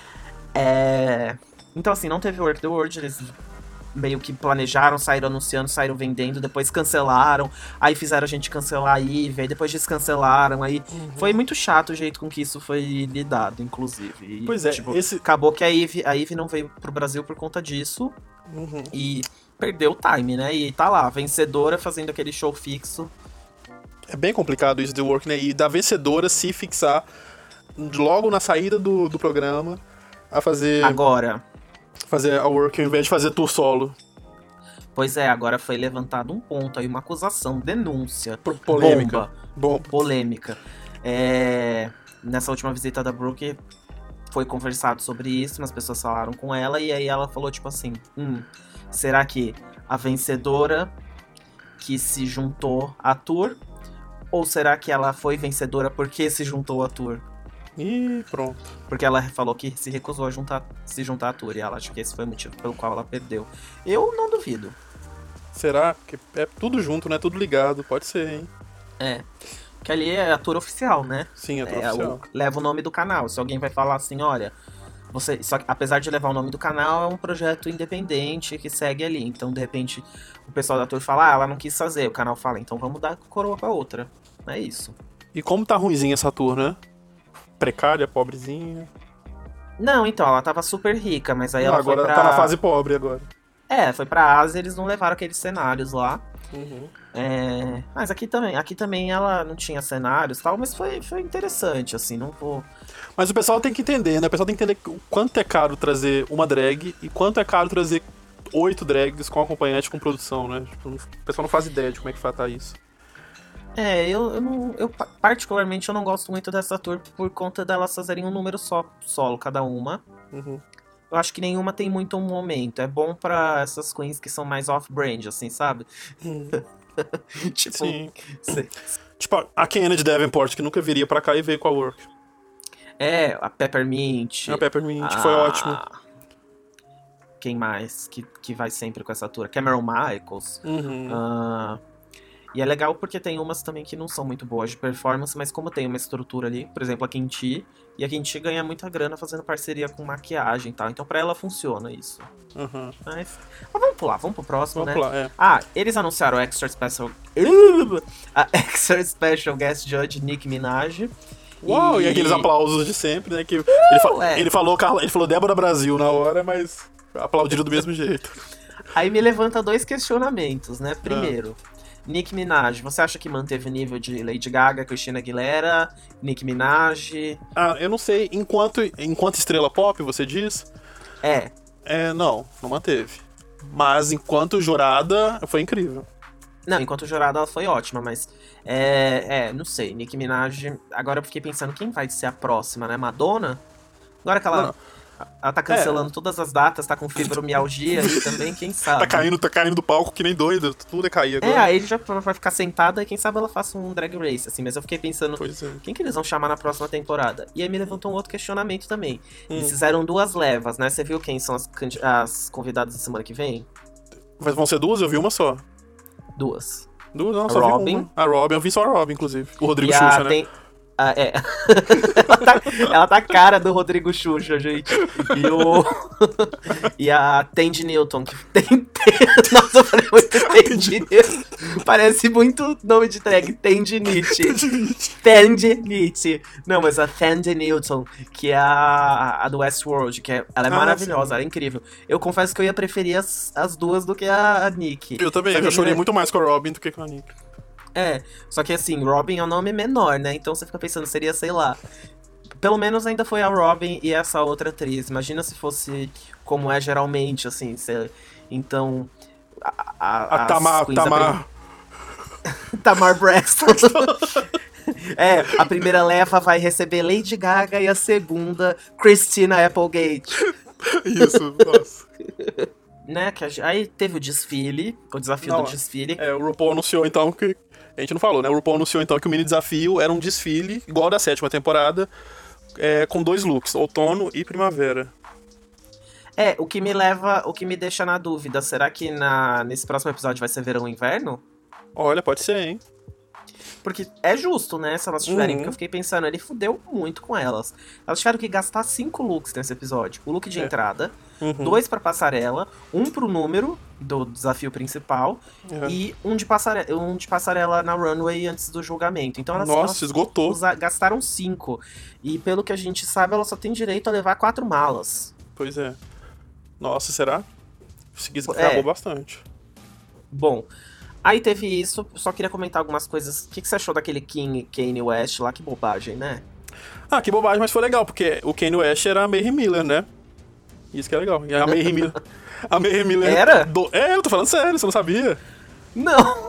S1: Então assim, não teve Work the World, eles meio que planejaram, saíram anunciando, saíram vendendo, depois cancelaram, aí fizeram a gente cancelar a Eve, aí depois descancelaram, aí foi muito chato o jeito com que isso foi lidado, inclusive. E,
S2: Pois é,
S1: tipo,
S2: esse...
S1: acabou que a Eve não veio pro Brasil por conta disso,
S2: Uhum.
S1: e perdeu o time, né? E tá lá, vencedora, fazendo aquele show fixo.
S2: É bem complicado isso de Work, né? E da vencedora se fixar logo na saída do programa a fazer a Work ao invés de fazer tour solo.
S1: Pois é, agora foi levantado um ponto aí, uma acusação, denúncia,
S2: Polêmica.
S1: bomba, polêmica. Nessa última visita da Brooke foi conversado sobre isso, as pessoas falaram com ela, e aí ela falou tipo assim, será que a vencedora que se juntou à tour, ou será que ela foi vencedora porque se juntou à tour?
S2: E pronto.
S1: Porque ela falou que se recusou a se juntar à tour, e ela acha que esse foi o motivo pelo qual ela perdeu. Eu não duvido.
S2: Será? Porque é tudo junto, né? Tudo ligado. Pode ser, hein?
S1: Que ali é a tour oficial, né?
S2: Sim, é tudo oficial.
S1: Leva o nome do canal. Se alguém vai falar assim, olha, só que, apesar de levar o nome do canal, é um projeto independente que segue ali. Então, de repente, o pessoal da tour fala, ela não quis fazer. O canal fala, então vamos dar coroa pra outra. É isso.
S2: E como tá ruimzinha essa tour, né? Precária, pobrezinha.
S1: Não, então, ela tava super rica, mas aí ela
S2: agora
S1: foi pra...
S2: tá na fase pobre agora.
S1: foi pra Ásia, eles não levaram aqueles cenários lá.
S2: Uhum.
S1: Mas aqui também ela não tinha cenários e tal, mas foi interessante, assim, não vou...
S2: Mas o pessoal tem que entender, né? O pessoal tem que entender o quanto é caro trazer uma drag e quanto é caro trazer 8 drags com acompanhante com produção, né? Tipo, o pessoal não faz ideia de como é que tá isso.
S1: Eu particularmente eu não gosto muito dessa tour por conta delas fazerem um número solo cada uma.
S2: Uhum.
S1: Eu acho que nenhuma tem muito um momento. É bom pra essas queens que são mais off-brand, assim, sabe? Tipo,
S2: sim. Tipo, a Kennedy Davenport, que nunca viria pra cá e veio com a Work.
S1: A Peppermint.
S2: A Peppermint foi ótimo.
S1: Quem mais que vai sempre com essa tour? Cameron Michaels.
S2: Uhum.
S1: E é legal porque tem umas também que não são muito boas de performance, mas como tem uma estrutura ali, por exemplo, a Kinti, e a Kinti ganha muita grana fazendo parceria com maquiagem e tal, então pra ela funciona isso.
S2: Uhum.
S1: Mas vamos pular, vamos pro próximo,
S2: Vamos
S1: né?
S2: pular,
S1: Eles anunciaram o Extra Special Guest Judge Nicki Minaj.
S2: Uau, e aqueles aplausos de sempre, né? Que ele falou Débora Brasil na hora, mas aplaudiram do mesmo jeito.
S1: Aí me levanta 2 questionamentos, né? Primeiro, Nicki Minaj, você acha que manteve o nível de Lady Gaga, Christina Aguilera, Nicki Minaj?
S2: Eu não sei. Enquanto estrela pop, você diz? Não manteve. Mas enquanto jurada, foi incrível.
S1: Não, enquanto jurada ela foi ótima, mas... não sei, Nicki Minaj... Agora eu fiquei pensando, quem vai ser a próxima, né? Madonna? Agora que ela tá cancelando todas as datas, tá com fibromialgia aí também, quem sabe?
S2: Tá caindo do palco que nem doida, tudo é cair agora.
S1: Aí ele já vai ficar sentada e quem sabe ela faça um drag race, assim. Mas eu fiquei pensando, quem que eles vão chamar na próxima temporada? E aí me levantou um outro questionamento também. Eles fizeram 2 levas, né? Você viu quem são as convidadas da semana que vem?
S2: Vão ser 2? Eu vi uma só.
S1: 2.
S2: Não, só
S1: Robin.
S2: vi uma. A Robin, eu vi só a Robin, inclusive. O Rodrigo Xuxa, né?
S1: Ah, é. ela tá a cara do Rodrigo Xuxa, gente. E a Tandy Newton, que tem. Nossa, eu falei muito Tandy Newton. Parece muito nome de drag. Tandy Nietzsche. Tandy Nietzsche. Não, mas a Tandy Newton, que é a do Westworld, que ela é maravilhosa,
S2: sim.
S1: ela é incrível. Eu confesso que eu ia preferir as duas do que a Nick.
S2: Eu também, eu chorei muito mais com a Robin do que com a Nick.
S1: Só que assim, Robin é um nome menor, né? Então você fica pensando, seria, sei lá. Pelo menos ainda foi a Robin e essa outra atriz. Imagina se fosse como é geralmente, assim. Então.
S2: A Tamar.
S1: Tamar Braxton. A primeira leva vai receber Lady Gaga e a segunda, Christina Applegate.
S2: Isso, nossa.
S1: Né? Aí teve o desfile, o desafio do desfile.
S2: O RuPaul anunciou então que. A gente não falou, né? O RuPaul anunciou então que o mini desafio era um desfile igual ao da 7ª temporada, com 2 looks, outono e primavera.
S1: O que me deixa na dúvida, será que nesse próximo episódio vai ser verão ou inverno?
S2: Olha, pode ser, hein?
S1: Porque é justo, né, se elas tiverem, porque eu fiquei pensando, ele fudeu muito com elas. Elas tiveram que gastar 5 looks nesse episódio. O look de entrada, 2 pra passarela, 1 pro número do desafio principal e um de passarela na runway antes do julgamento. Então elas
S2: esgotou.
S1: Gastaram 5. E pelo que a gente sabe, ela só tem direito a levar 4 malas.
S2: Pois é. Nossa, será? Acabou bastante.
S1: Bom, aí teve isso, só queria comentar algumas coisas. O que você achou daquele Kanye West lá? Que bobagem, né?
S2: Ah, que bobagem, mas foi legal, porque o Kanye West era a Mayhem Miller, né? Isso que é legal. E a Mayhem Miller... A Mayhem Miller...
S1: Era?
S2: Eu tô falando sério, você não sabia?
S1: Não!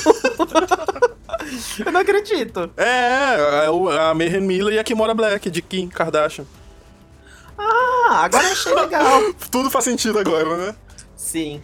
S1: Eu não acredito.
S2: A Mayhem Miller e a Kimora Black, de Kim Kardashian.
S1: Ah, agora eu achei legal.
S2: Tudo faz sentido agora, né?
S1: Sim.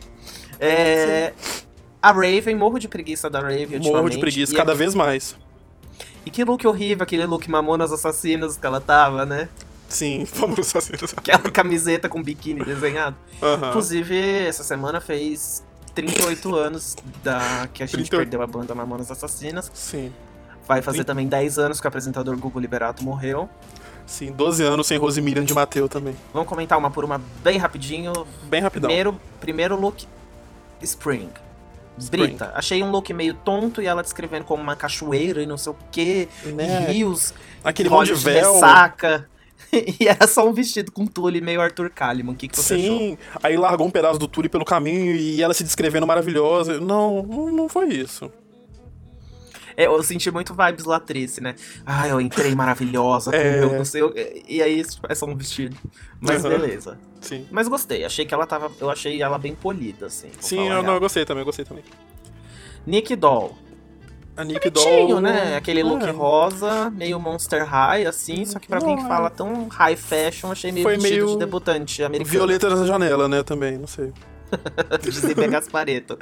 S1: A Raven, morro de preguiça da Raven ultimamente.
S2: Morro de preguiça, cada vez mais.
S1: E que look horrível, aquele look Mamonas Assassinas que ela tava, né?
S2: Sim, Mamonas Assassinas.
S1: Aquela camiseta com biquíni desenhado.
S2: Uhum.
S1: Inclusive, essa semana fez 38 anos que a gente perdeu a banda Mamonas Assassinas.
S2: Sim.
S1: Vai fazer também 10 anos que o apresentador Gugu Liberato morreu.
S2: Sim, 12 anos sem Rosemiriam de Mateu também.
S1: Vamos comentar uma por uma bem rapidinho.
S2: Bem rapidão.
S1: Primeiro look, Spring. Brita. Achei um look meio tonto e ela descrevendo como uma cachoeira e não sei o quê.
S2: Né?
S1: E rios.
S2: Aquele monte de véu.
S1: Ressaca. E era só um vestido com tule meio Arthur Kalimann. O que você achou?
S2: Sim, aí largou um pedaço do tule pelo caminho e ela se descrevendo maravilhosa. Não foi isso.
S1: Eu senti muito vibes Latrice, né? Eu entrei maravilhosa com o meu, não sei. E aí é só um vestido. Mas beleza.
S2: Sim.
S1: Mas gostei, eu achei ela bem polida, assim.
S2: Sim, eu gostei também.
S1: Nick Doll.
S2: A Nick
S1: Bonitinho,
S2: Doll,
S1: né? Aquele look rosa, meio Monster High, assim. Só que pra alguém que fala tão high fashion, achei meio vestido de debutante americano.
S2: Violeta na janela, né? Também, não sei.
S1: Giuseppe Gasparetto.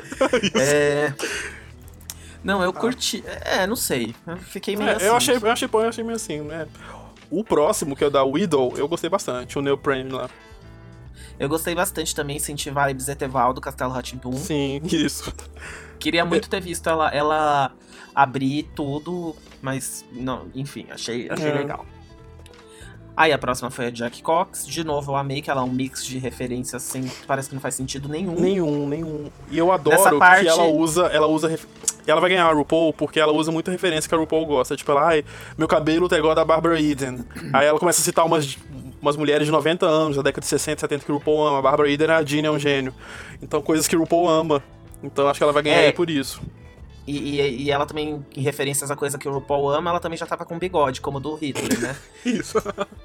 S1: Não, eu curti. Não sei. Eu fiquei meio assim.
S2: Eu achei meio assim, né? O próximo, que é o da Widow, eu gostei bastante. O Neoprene lá.
S1: Eu gostei bastante também, senti vibes Eteval do Castelo Rá-Tim-Bum.
S2: Sim, isso.
S1: Queria muito ter visto ela abrir tudo, mas não, enfim, achei legal. Aí a próxima foi a Jack Cox. De novo, eu amei que ela é um mix de referências assim, parece que não faz sentido nenhum.
S2: Nenhum. E eu adoro
S1: Nessa parte...
S2: que ela vai ganhar a RuPaul porque ela usa muita referência que a RuPaul gosta. Tipo, meu cabelo tá igual a da Barbara Eden. Aí ela começa a citar umas mulheres de 90 anos, da década de 60, 70 que o RuPaul ama. A Barbara Eden, a Jeannie é um gênio. Então, coisas que o RuPaul ama. Então, acho que ela vai ganhar aí por isso.
S1: E ela também, em referências a coisa que o RuPaul ama, ela também já tava com bigode, como o do Hitler, né?
S2: Isso.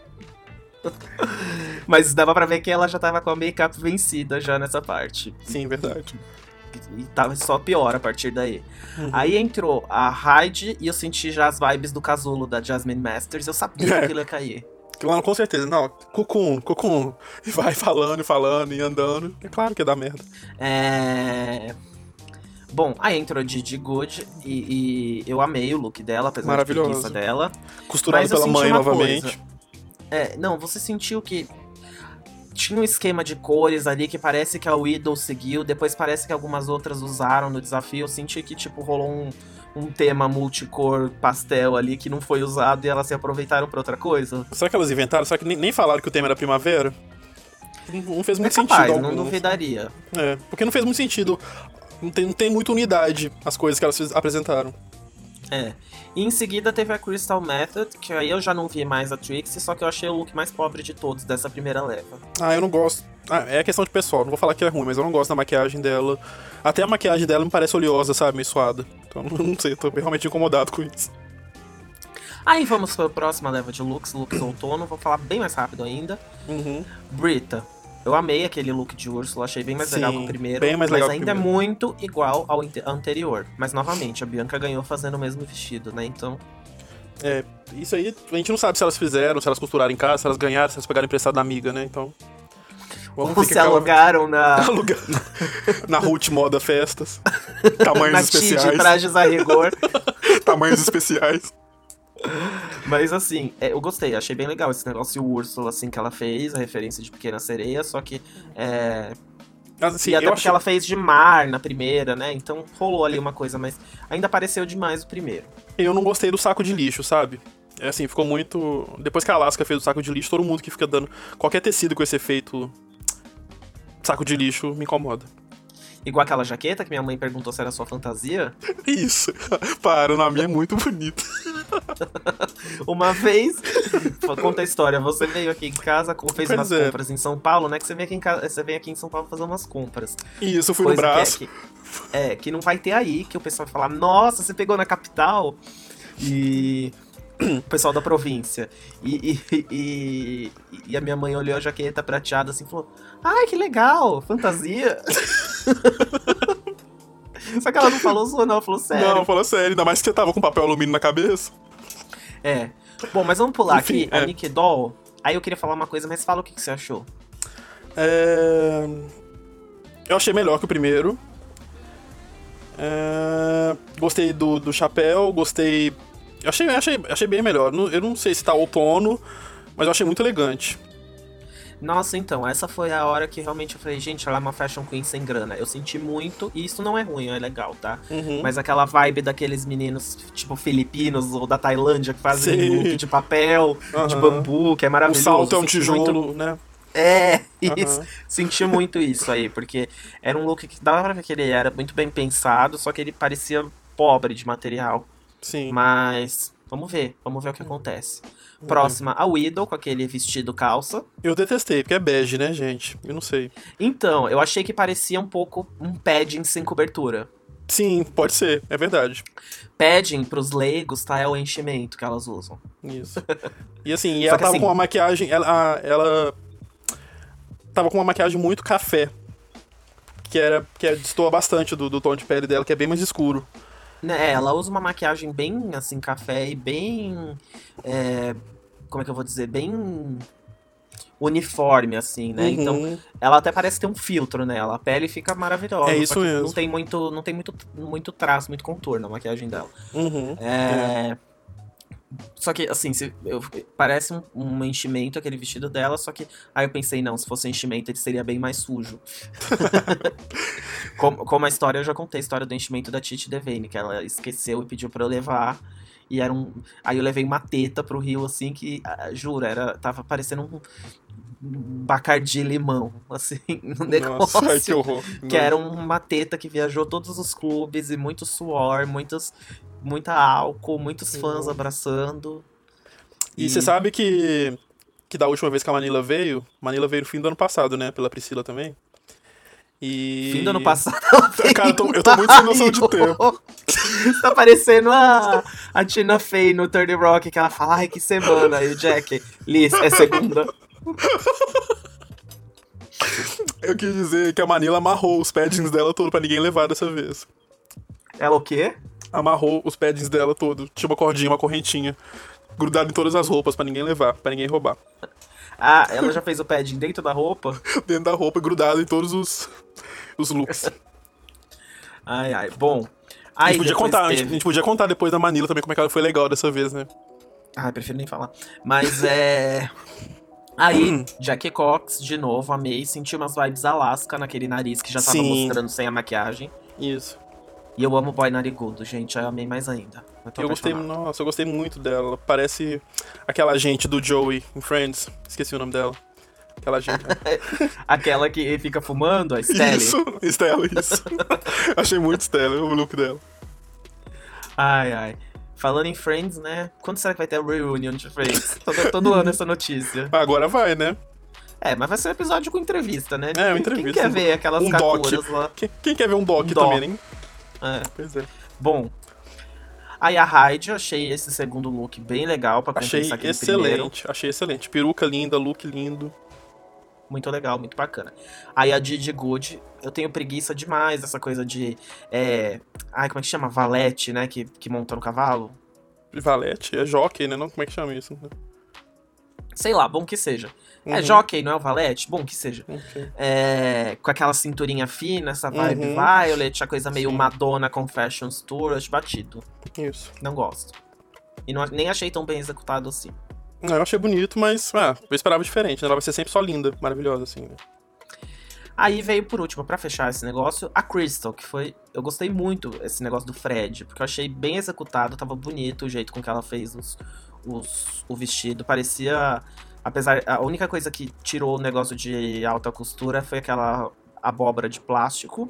S1: Mas dava pra ver que ela já tava com a make-up vencida já nessa parte.
S2: Sim, verdade.
S1: E tava só pior a partir daí. Aí entrou a Hyde e eu senti já as vibes do casulo da Jasmine Masters. Eu sabia que aquilo ia cair.
S2: Claro, com certeza. Não, Cocoon. E vai falando e andando. É claro que ia dar merda.
S1: Bom, aí entrou a Gigi Good e eu amei o look dela, apesar da preguiça dela.
S2: Costurado pela mãe novamente.
S1: Não, você sentiu que tinha um esquema de cores ali que parece que a Widow seguiu, depois parece que algumas outras usaram no desafio. Eu senti que, tipo, rolou um tema multicor pastel ali que não foi usado e elas se aproveitaram pra outra coisa.
S2: Será que elas inventaram? Será que nem falaram que o tema era primavera? Não fez muito
S1: capaz,
S2: sentido.
S1: Não duvidaria.
S2: Porque não fez muito sentido. Não tem muita unidade as coisas que elas apresentaram.
S1: E em seguida teve a Crystal Method, que aí eu já não vi mais a Trixie, só que eu achei o look mais pobre de todos dessa primeira leva.
S2: Eu não gosto. É questão de pessoal, não vou falar que é ruim, mas eu não gosto da maquiagem dela. Até a maquiagem dela me parece oleosa, sabe, meio suada. Então não sei, tô realmente incomodado com isso.
S1: Aí vamos para a próxima leva de looks outono, vou falar bem mais rápido ainda. Brita. Eu amei aquele look de Úrsula, achei bem mais legal que o primeiro,
S2: bem mais legal
S1: mas ainda é muito igual ao anterior. Mas novamente, a Bianca ganhou fazendo o mesmo vestido, né? Então...
S2: Isso aí, a gente não sabe se elas fizeram, se elas costuraram em casa, se elas ganharam, se elas pegaram emprestado da amiga, né? Então...
S1: Ou se alugaram
S2: na Ruth Moda Festas. Tamanhos
S1: na
S2: especiais.
S1: Tid, trajes a rigor.
S2: Tamanhos especiais.
S1: Mas assim, eu gostei, achei bem legal esse negócio Úrsula, assim, que ela fez, a referência de Pequena Sereia, só que
S2: assim,
S1: e até porque ela fez de mar na primeira, né? Então rolou ali uma coisa, mas ainda pareceu demais o primeiro.
S2: Eu não gostei do saco de lixo, sabe? Assim, ficou muito... Depois que a Alaska fez o saco de lixo, todo mundo que fica dando qualquer tecido com esse efeito saco de lixo me incomoda.
S1: Igual aquela jaqueta que minha mãe perguntou se era sua fantasia.
S2: Isso. Na minha é muito bonito.
S1: Uma vez, conta a história, você veio aqui em casa, fez umas compras em São Paulo, né? Que você vem aqui em São Paulo fazer umas compras.
S2: Isso, eu fui no braço.
S1: Que não vai ter aí, que o pessoal vai falar, nossa, você pegou na capital? E... o pessoal da província. E a minha mãe olhou a jaqueta prateada assim e falou, ai, que legal, fantasia. Só que ela não falou zoando, ela falou sério.
S2: Não, falou sério, ainda mais que você tava com papel alumínio na cabeça.
S1: Bom, mas vamos pular.
S2: Enfim,
S1: aqui, a Nick Doll. Aí eu queria falar uma coisa, mas fala o que você achou.
S2: Eu achei melhor que o primeiro. Gostei do chapéu, gostei... Achei bem melhor. Eu não sei se tá outono, mas eu achei muito elegante.
S1: Nossa, então, essa foi a hora que realmente eu falei, gente, ela é uma fashion queen sem grana. Eu senti muito, e isso não é ruim, é legal, tá? Mas aquela vibe daqueles meninos, tipo, filipinos ou da Tailândia, que fazem look de papel, de bambu, que é maravilhoso.
S2: O salto é um tijolo, né?
S1: Isso. Senti muito isso aí, porque era um look que dava pra ver que ele era muito bem pensado, só que ele parecia pobre de material.
S2: Sim.
S1: Mas vamos ver o que acontece. Próxima, a Widow, com aquele vestido calça.
S2: Eu detestei, porque é bege, né, gente? Eu não sei.
S1: Então, eu achei que parecia um pouco um padding sem cobertura.
S2: Sim, pode ser, é verdade.
S1: Padding, pros leigos, tá? É o enchimento que elas usam.
S2: Isso. E assim, ela tava com uma maquiagem... Ela tava com uma maquiagem muito café. Que destoa bastante do tom de pele dela, que é bem mais escuro.
S1: Ela usa uma maquiagem bem, assim, café e bem... como é que eu vou dizer? Bem uniforme, assim, né? Então, ela até parece ter um filtro nela. A pele fica maravilhosa.
S2: É isso mesmo.
S1: Não tem muito traço, muito contorno na maquiagem dela. Só que, assim, parece um enchimento aquele vestido dela, só que... Aí eu pensei, não, se fosse enchimento ele seria bem mais sujo. como a história, eu já contei a história do enchimento da Titi Devane, que ela esqueceu e pediu pra eu levar. E era aí eu levei uma teta pro Rio, assim, que, juro, tava parecendo um Bacardi limão, assim, um negócio.
S2: Nossa, que horror.
S1: Que era uma teta que viajou todos os clubes e muito suor, muita álcool, muitos fãs abraçando.
S2: E você sabe que da última vez que a Manila veio no fim do ano passado, né? Pela Priscila também.
S1: Fim do ano passado?
S2: Cara, eu tô muito sem noção de tempo.
S1: Tá parecendo a Tina Fey no 30 Rock, que ela fala, ai, que semana. E o Jack, Liz, é segunda.
S2: Eu quis dizer que a Manila amarrou os paddings dela todo pra ninguém levar dessa vez.
S1: Ela o quê?
S2: Amarrou os paddings dela todo. Tinha uma cordinha, uma correntinha. Grudado em todas as roupas pra ninguém levar, pra ninguém roubar.
S1: Ah, ela já fez o padding dentro da roupa?
S2: Dentro da roupa, grudado em todos os looks.
S1: Ai, bom.
S2: A gente podia contar depois da Manila também como é que ela foi legal dessa vez, né?
S1: Ai, prefiro nem falar. Mas Aí, Jackie Cox, de novo, amei. Senti umas vibes Alaska naquele nariz que já tava
S2: Sim.
S1: mostrando sem a maquiagem.
S2: Isso.
S1: E eu amo o boy narigudo, gente. Eu amei mais ainda.
S2: Eu gostei muito dela. Ela parece aquela agente do Joey em Friends. Esqueci o nome dela. Aquela agente.
S1: Aquela que fica fumando, a Stella.
S2: Isso. Achei muito Stella, o look dela.
S1: Ai. Falando em Friends, né? Quando será que vai ter a reunion de Friends? Todo ano essa notícia.
S2: Agora vai, né?
S1: Mas vai ser um episódio com entrevista, né?
S2: Uma entrevista.
S1: Quem quer ver aquelas Kakuras lá?
S2: Quem quer ver um doc também, hein?
S1: Pois é. Bom, aí a Hyde, eu achei esse segundo look bem legal pra compensar aquele primeiro.
S2: Achei excelente. Peruca linda, look lindo.
S1: Muito legal, muito bacana. Aí a Gigi Good, eu tenho preguiça demais dessa coisa de... como é que chama? Valete, né? Que monta no cavalo.
S2: Valete? É jockey, né? Não, como é que chama isso?
S1: Sei lá, bom que seja. É jockey, não é o valete? Bom que seja.
S2: Okay.
S1: Com aquela cinturinha fina, essa vibe Violet, a coisa meio Madonna Confessions Tour, acho batido.
S2: Isso.
S1: Não gosto. E nem achei tão bem executado assim.
S2: Não, eu achei bonito, mas eu esperava diferente, né? Ela vai ser sempre só linda, maravilhosa, assim, né?
S1: Aí veio por último, pra fechar esse negócio, a Crystal, que foi... Eu gostei muito esse negócio do Fred, porque eu achei bem executado, tava bonito o jeito com que ela fez o vestido. Parecia... Apesar... A única coisa que tirou o negócio de alta costura foi aquela abóbora de plástico.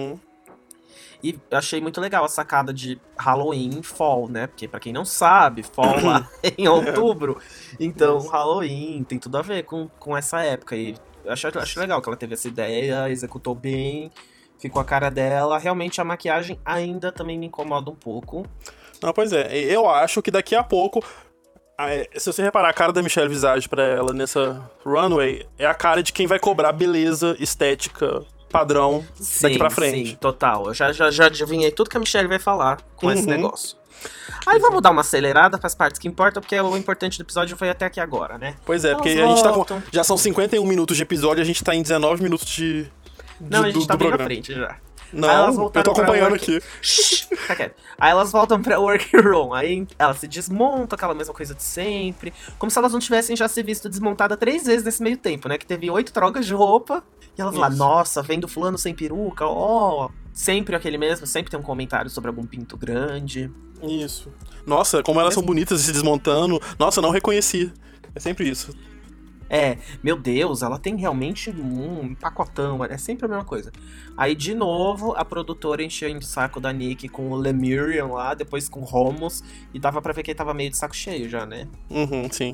S1: E eu achei muito legal a sacada de Halloween Fall, né? Porque pra quem não sabe, Fall lá em outubro. Então, Halloween tem tudo a ver com essa época. E eu acho legal que ela teve essa ideia, executou bem, ficou a cara dela. Realmente a maquiagem ainda também me incomoda um pouco.
S2: Não, pois é. Eu acho que daqui a pouco... Se você reparar a cara da Michelle Visage pra ela nessa runway, é a cara de quem vai cobrar beleza, estética... padrão daqui pra frente.
S1: Sim, total. Eu já adivinhei tudo que a Michelle vai falar com esse negócio. Aí vamos dar uma acelerada pras partes que importam, porque o importante do episódio foi até aqui agora, né?
S2: Pois é, porque a gente tá com... Já são 51 minutos de episódio, a gente tá em 19 minutos
S1: Não, a gente tá bem na frente já.
S2: Não, eu tô acompanhando aqui.
S1: Tá quieto. Aí elas voltam pra workroom. Aí elas se desmontam, aquela mesma coisa de sempre. Como se elas não tivessem já se visto desmontada 3 vezes nesse meio tempo, né? Que teve 8 trocas de roupa. E elas lá, nossa, vendo fulano sem peruca, Sempre aquele mesmo, sempre tem um comentário sobre algum pinto grande.
S2: Isso. Nossa, como elas são bonitas se desmontando. Nossa, não reconheci. É sempre isso.
S1: Meu Deus, ela tem realmente um pacotão, é sempre a mesma coisa. Aí, de novo, a produtora encheu o saco da Nick com o Lemurian lá, depois com o Homos, e dava pra ver que ele tava meio de saco cheio já, né?
S2: Sim.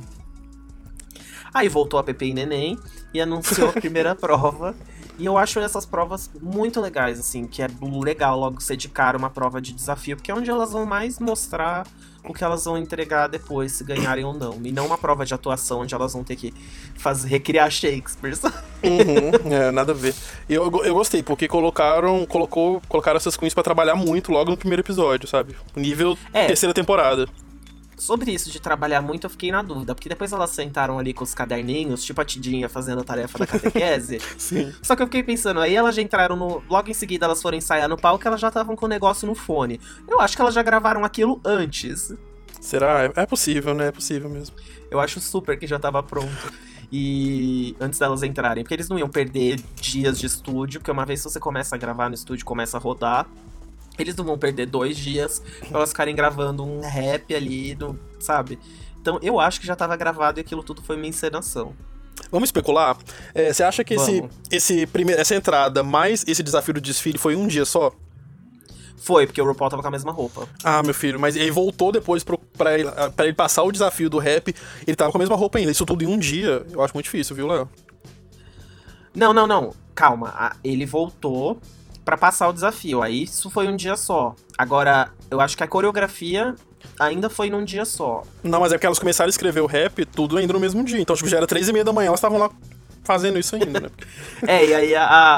S1: Aí voltou a Pepe e Neném e anunciou a primeira prova. E eu acho essas provas muito legais, assim, que é legal logo ser de cara uma prova de desafio, porque é onde elas vão mais mostrar o que elas vão entregar depois, se ganharem ou não. E não uma prova de atuação onde elas vão ter que recriar Shakespeare.
S2: Nada a ver. E eu gostei, porque colocaram essas queens pra trabalhar muito logo no primeiro episódio, sabe? Nível terceira temporada.
S1: Sobre isso de trabalhar muito, eu fiquei na dúvida, porque depois elas sentaram ali com os caderninhos, tipo a Tidinha fazendo a tarefa da catequese.
S2: Sim.
S1: Só que eu fiquei pensando, aí elas já entraram logo em seguida elas foram ensaiar no palco, elas já estavam com o negócio no fone. Eu acho que elas já gravaram aquilo antes.
S2: Será? É possível, né? É possível mesmo.
S1: Eu acho super que já tava pronto. E antes delas entrarem, porque eles não iam perder dias de estúdio, porque uma vez que você começa a gravar no estúdio, começa a rodar. Eles não vão perder 2 dias pra elas ficarem gravando um rap ali, sabe? Então eu acho que já tava gravado e aquilo tudo foi uma encenação.
S2: Vamos especular? Você acha que essa entrada mais esse desafio do desfile foi um dia só?
S1: Foi, porque o RuPaul tava com a mesma roupa.
S2: Ah, meu filho, mas ele voltou depois pra ele passar o desafio do rap, ele tava com a mesma roupa ainda. Isso tudo em um dia, eu acho muito difícil, viu, Léo?
S1: Não. Calma, ele voltou pra passar o desafio. Aí isso foi um dia só. Agora, eu acho que a coreografia ainda foi num dia só.
S2: Não, mas é porque elas começaram a escrever o rap tudo ainda no mesmo dia. Então, tipo, já era 3h30 da manhã, elas estavam lá fazendo isso ainda, né?
S1: E aí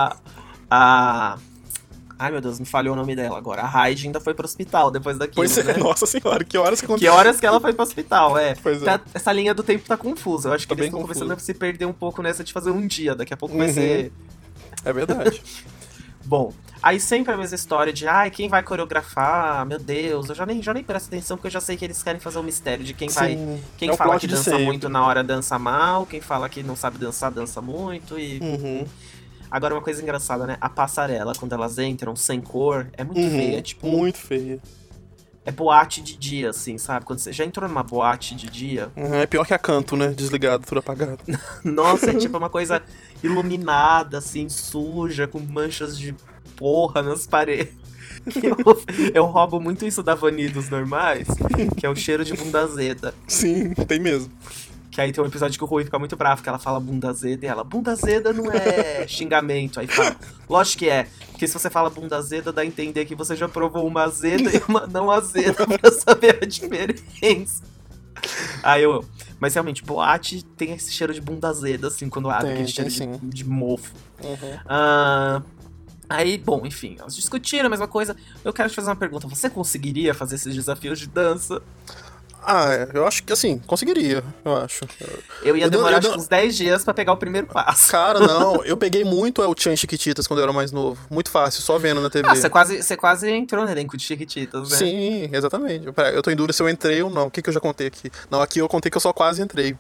S1: ai, meu Deus, me falhou o nome dela agora. A Hyde ainda foi pro hospital depois daquilo,
S2: pois é,
S1: né?
S2: Nossa senhora, que horas que aconteceu?
S1: Que horas que ela foi pro hospital,
S2: Pois é.
S1: Essa linha do tempo tá confusa. Eu acho que
S2: Tá
S1: eles
S2: bem
S1: estão começando a se perder um pouco nessa de fazer um dia. Daqui a pouco vai
S2: Uhum.
S1: ser...
S2: É verdade.
S1: Bom, Aí sempre a mesma história de, ai, quem vai coreografar? Meu Deus, eu já nem presto atenção porque eu já sei que eles querem fazer um mistério de quem vai.
S2: Sim,
S1: Quem
S2: é o
S1: fala
S2: plot
S1: que
S2: de
S1: dança
S2: sempre.
S1: muito na hora dança mal, quem fala que não sabe dançar, dança muito e.
S2: Uhum.
S1: Agora uma coisa engraçada, né? A passarela, quando elas entram sem cor, é muito feia. Tipo,
S2: Muito feia.
S1: é boate de dia, assim, sabe? Quando você já entrou numa boate de dia,
S2: É pior que a Canto, né? Desligado, tudo apagado.
S1: nossa, é tipo uma coisa iluminada, assim, suja, com manchas de porra nas paredes. Eu roubo muito isso da Vani dos normais, que é o cheiro de bunda azeda.
S2: Sim, tem mesmo.
S1: Que aí tem um episódio que o Rui fica muito bravo, que ela fala bunda azeda e ela, bunda azeda não é xingamento. Aí fala, lógico que é, porque se você fala bunda azeda, dá a entender que você já provou uma azeda e uma não azeda pra saber a diferença. Aí eu. Mas realmente, boate tem esse cheiro de bunda azeda, assim, quando abre, aquele cheiro de mofo.
S2: Uhum.
S1: Aí, bom, enfim, elas discutiram a mesma coisa. Eu quero te fazer uma pergunta. Você conseguiria fazer esses desafios de dança?
S2: Eu acho que assim, conseguiria, eu acho.
S1: Eu ia
S2: Eu
S1: demorar
S2: não-
S1: acho, uns 10 dias pra pegar o primeiro passo.
S2: Cara, não, eu peguei muito o Tchan Chiquititas quando eu era mais novo. Muito fácil, só vendo na TV.
S1: Ah, você quase entrou no elenco de Chiquititas, né?
S2: Sim, exatamente. Pera, eu tô em dúvida se eu entrei ou não. O que eu já contei aqui? Não, aqui eu contei que eu só quase entrei.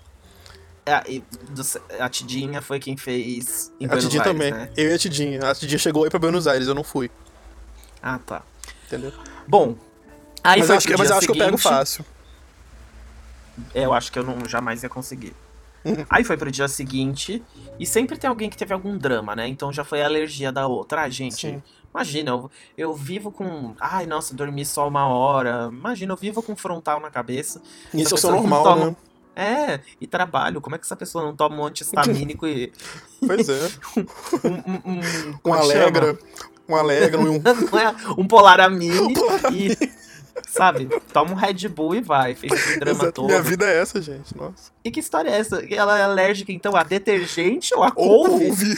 S1: A Tidinha foi quem fez em
S2: A
S1: Buenos
S2: Tidinha
S1: Aires,
S2: também.
S1: né?
S2: Eu e a Tidinha. A Tidinha chegou aí pra Buenos Aires, eu não fui.
S1: Ah, tá.
S2: Entendeu?
S1: Bom, aí
S2: Mas
S1: foi
S2: acho,
S1: pro
S2: mas
S1: dia
S2: acho que eu pego
S1: seguinte.
S2: fácil.
S1: Eu acho que eu não, jamais ia conseguir.
S2: Uhum.
S1: Aí foi pro dia seguinte, e sempre tem alguém que teve algum drama, né? Então já foi a alergia da outra. Ah, gente,
S2: Sim.
S1: imagina, eu vivo com. Ai, nossa, dormi só uma hora. Imagina, eu vivo com um frontal na cabeça.
S2: Isso é o
S1: Essa
S2: seu
S1: pessoa não
S2: normal,
S1: toma-
S2: né?
S1: É, e trabalho. Como é que essa pessoa não toma um anti-histamínico e.
S2: Pois é.
S1: Como
S2: Um
S1: é que chama?
S2: Alegra. Um Alegra e um.
S1: Não é um Polaramine e. Sabe, toma um Red Bull e vai. Fez esse drama
S2: Exato.
S1: todo.
S2: Minha vida é essa, gente. Nossa.
S1: E que história é essa? Ela é alérgica, então, a detergente ou a
S2: Ou
S1: couve?
S2: couve.